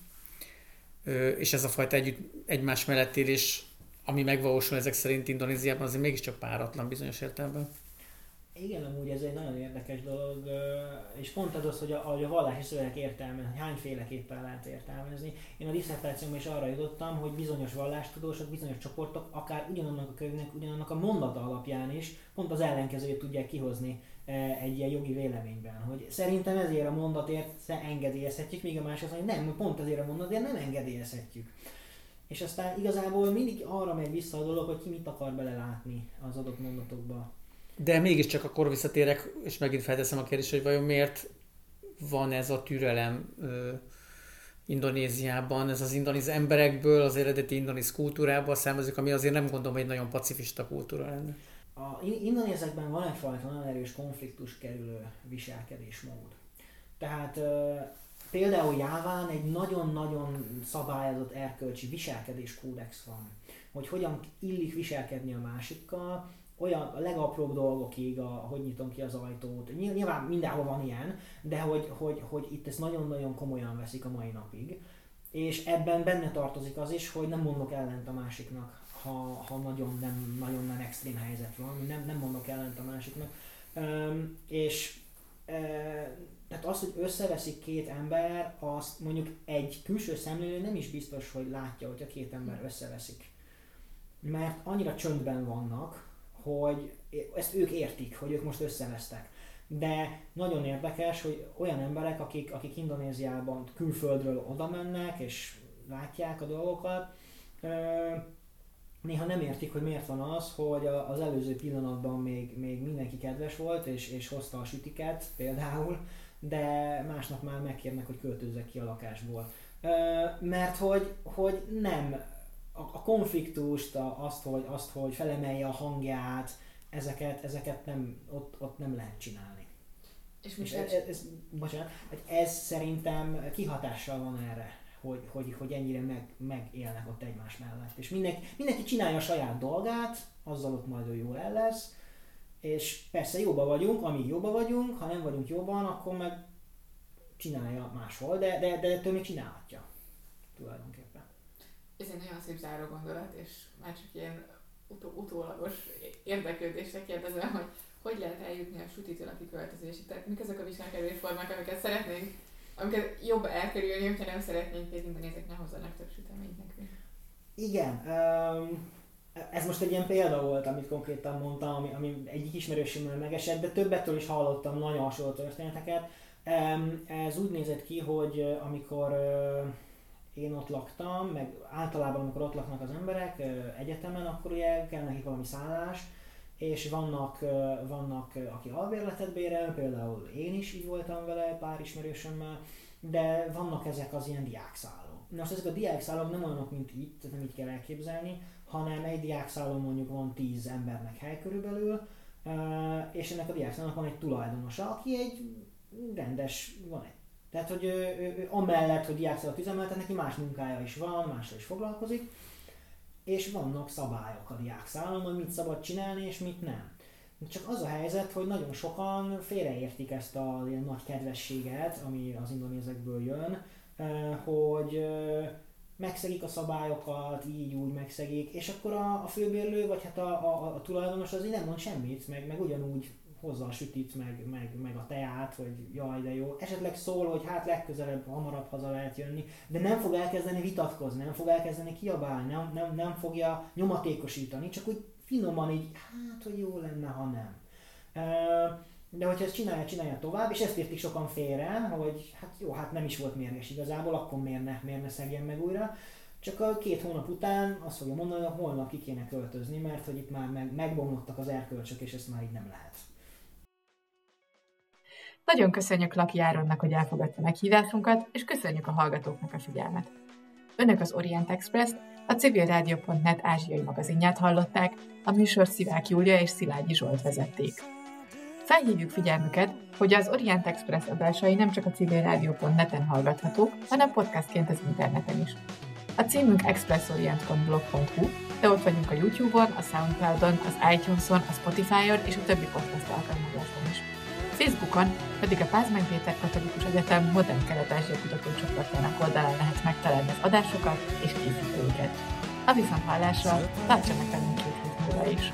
és ez a fajta együtt, egymás mellett élés, ami megvalósul ezek szerint Indonéziában, azért mégiscsak páratlan bizonyos értelemben. Igen, amúgy ez egy nagyon érdekes dolog, és pont az az, hogy a, a vallási szövegek értelme, hogy hányféleképpen lehet értelmezni. Én a disszertációmban is arra jutottam, hogy bizonyos vallástudósok, bizonyos csoportok, akár ugyanannak a könyvnek, ugyanannak a mondata alapján is pont az ellenkezőjét tudják kihozni egy ilyen jogi véleményben. Hogy szerintem ezért a mondatért engedélyezhetjük, míg a másik azt mondja, hogy nem, pont ezért a mondatért nem engedélyezhetjük. És aztán igazából mindig arra megy vissza a dolog, hogy ki mit akar belelátni az adott mondatokba. De mégiscsak akkor visszatérek, és megint felteszem a kérdést, hogy vajon miért van ez a türelem ö, Indonéziában, ez az indonéz emberekből, az eredeti indonéz kultúrából származik, ami azért nem gondolom, hogy egy nagyon pacifista kultúra lenne. A indonézekben van egyfajta nagyon erős konfliktus kerülő viselkedésmód. Tehát ö, például Jáván egy nagyon-nagyon szabályozott erkölcsi viselkedéskódex van, hogy hogyan illik viselkedni a másikkal, olyan a legapróbb dolgokig, a, hogy nyitom ki az ajtót. Nyilván mindenhol van ilyen, de hogy, hogy, hogy itt ezt nagyon-nagyon komolyan veszik a mai napig. És ebben benne tartozik az is, hogy nem mondok ellent a másiknak, ha, ha nagyon, nem, nagyon nem extrém helyzet van, nem, nem mondok ellent a másiknak. Üm, és e, tehát az, hogy összeveszik két ember, azt mondjuk egy külső szemlélő nem is biztos, hogy látja, hogy a két ember összeveszik. Mert annyira csöndben vannak, hogy ezt ők értik, hogy ők most összevesztek. De nagyon érdekes, hogy olyan emberek, akik, akik Indonéziában külföldről oda mennek és látják a dolgokat, néha nem értik, hogy miért van az, hogy az előző pillanatban még, még mindenki kedves volt és, és hozta a sütiket például, de másnap már megkérnek, hogy költözzek ki a lakásból. Mert hogy, hogy nem a konfliktust, azt, hogy, azt, hogy felemelje a hangját, ezeket, ezeket nem, ott, ott nem lehet csinálni. És, és ez, ez, bocsánat, ez szerintem kihatással van erre, hogy, hogy, hogy ennyire meg, megélnek ott egymás mellett. És mindenki, mindenki csinálja a saját dolgát, azzal ott majd ő jól el lesz, és persze jóba vagyunk, amíg jóba vagyunk, ha nem vagyunk jóban, akkor meg csinálja máshol, de, de, de ettől még csinálhatja tulajdonképpen. Ez egy nagyon szép záró gondolat, és már csak ilyen utó, utólagos érdeklődésre kérdezem, hogy hogy lehet eljutni a sütitől a kiköltözésig? Tehát mik azok a viselkedés formák, amiket szeretnénk, amiket jobb elkerülni, hogyha nem szeretnénk, hogy indonézek ne hozzanak több süteményt nekünk. Igen, um, ez most egy ilyen példa volt, amit konkrétan mondtam, ami, ami egyik ismerősömmel megesett, de többettől is hallottam nagyon hasonló történeteket. Um, ez úgy nézett ki, hogy amikor uh, én ott laktam, meg általában amikor ott laknak az emberek egyetemen, akkor ugye kell nekik valami szállás, és vannak, vannak aki albérletet bérel, például én is így voltam vele pár ismerősömmel, de vannak ezek az ilyen diákszállók. Most ezek a diákszállók nem olyanok, mint itt, nem így kell elképzelni, hanem egy diákszállón mondjuk van tíz embernek hely körülbelül, és ennek a diákszállónak van egy tulajdonosa, aki egy rendes, van egy Tehát, hogy ő, ő, ő amellett, hogy diákszallat üzemeltet, neki más munkája is van, mással is foglalkozik, és vannak szabályok a diákszalon, hogy mit szabad csinálni, és mit nem. Csak az a helyzet, hogy nagyon sokan félreértik ezt a ilyen nagy kedvességet, ami az indonézekből jön, hogy megszegik a szabályokat, így úgy megszegik, és akkor a, a főbérlő, vagy hát a, a, a tulajdonos az így nem mond semmit, meg, meg ugyanúgy hozza a sütit, meg, meg, meg a teát, hogy jaj, de jó. Esetleg szól, hogy hát legközelebb, hamarabb haza lehet jönni, de nem fog elkezdeni vitatkozni, nem fog elkezdeni kiabálni, nem, nem, nem fogja nyomatékosítani, csak úgy finoman így, hát, hogy jó lenne, ha nem. De hogyha ezt csinálja, csinálja tovább, és ezt értik sokan félre, hogy hát jó, hát nem is volt mérges igazából, akkor miért ne, miért ne szegjen meg újra. Csak a két hónap után azt fogja mondani, hogy holnap ki kéne költözni, mert hogy itt már meg, megbomlottak az erkölcsök, és ezt már így nem lehet. Nagyon köszönjük Laki Áronnak, hogy elfogadta meghívásunkat, és köszönjük a hallgatóknak a figyelmet. Önök az Orient Express-t, a civilrádió pont net ázsiai magazinját hallották, a műsor Szivák Júlia és Szilágyi Zsolt vezették. Felhívjuk figyelmüket, hogy az Orient Express adásai nem csak a civilrádió pont net-en hallgathatók, hanem podcastként az interneten is. A címünk expressorient pont blog pont hu, de ott vagyunk a YouTube-on, a Soundcloud-on, az iTunes-on, a Spotify-on és a többi podcast alkalmazásban is. Facebookon pedig a Pázmány Péter Katolikus Egyetem Modern Kelet-Ázsia kutatócsoportjának oldalán lehet megtalálni az adásokat és készítőiket. A viszonthallásra tartsanak velünk két hét múlva is!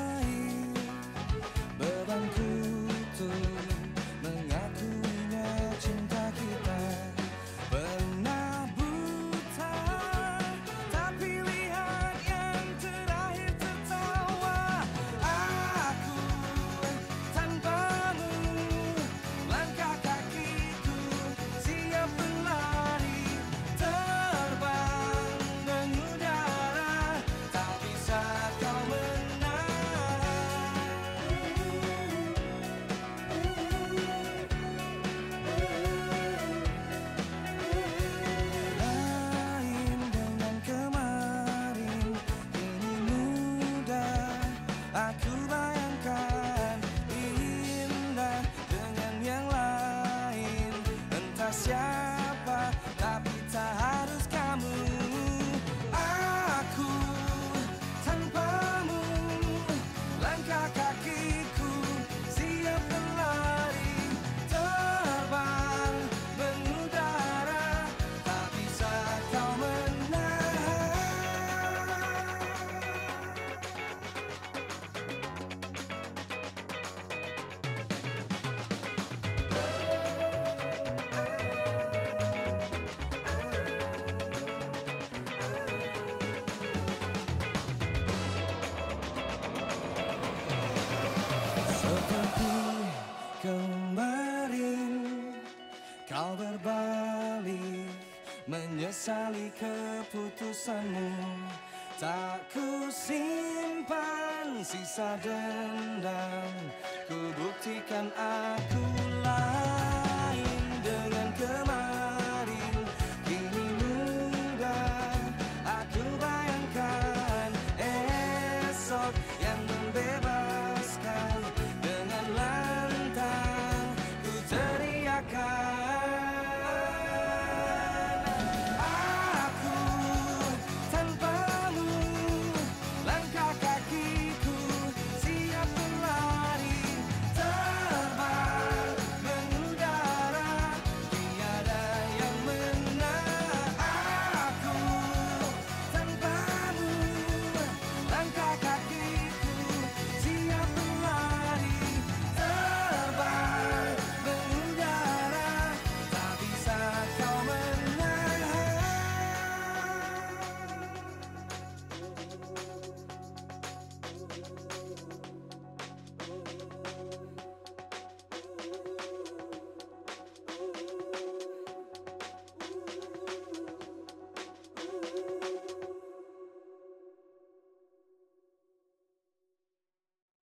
Kau berbalik menyesali keputusanmu. Tak ku simpan sisa dendam, ku buktikan akulah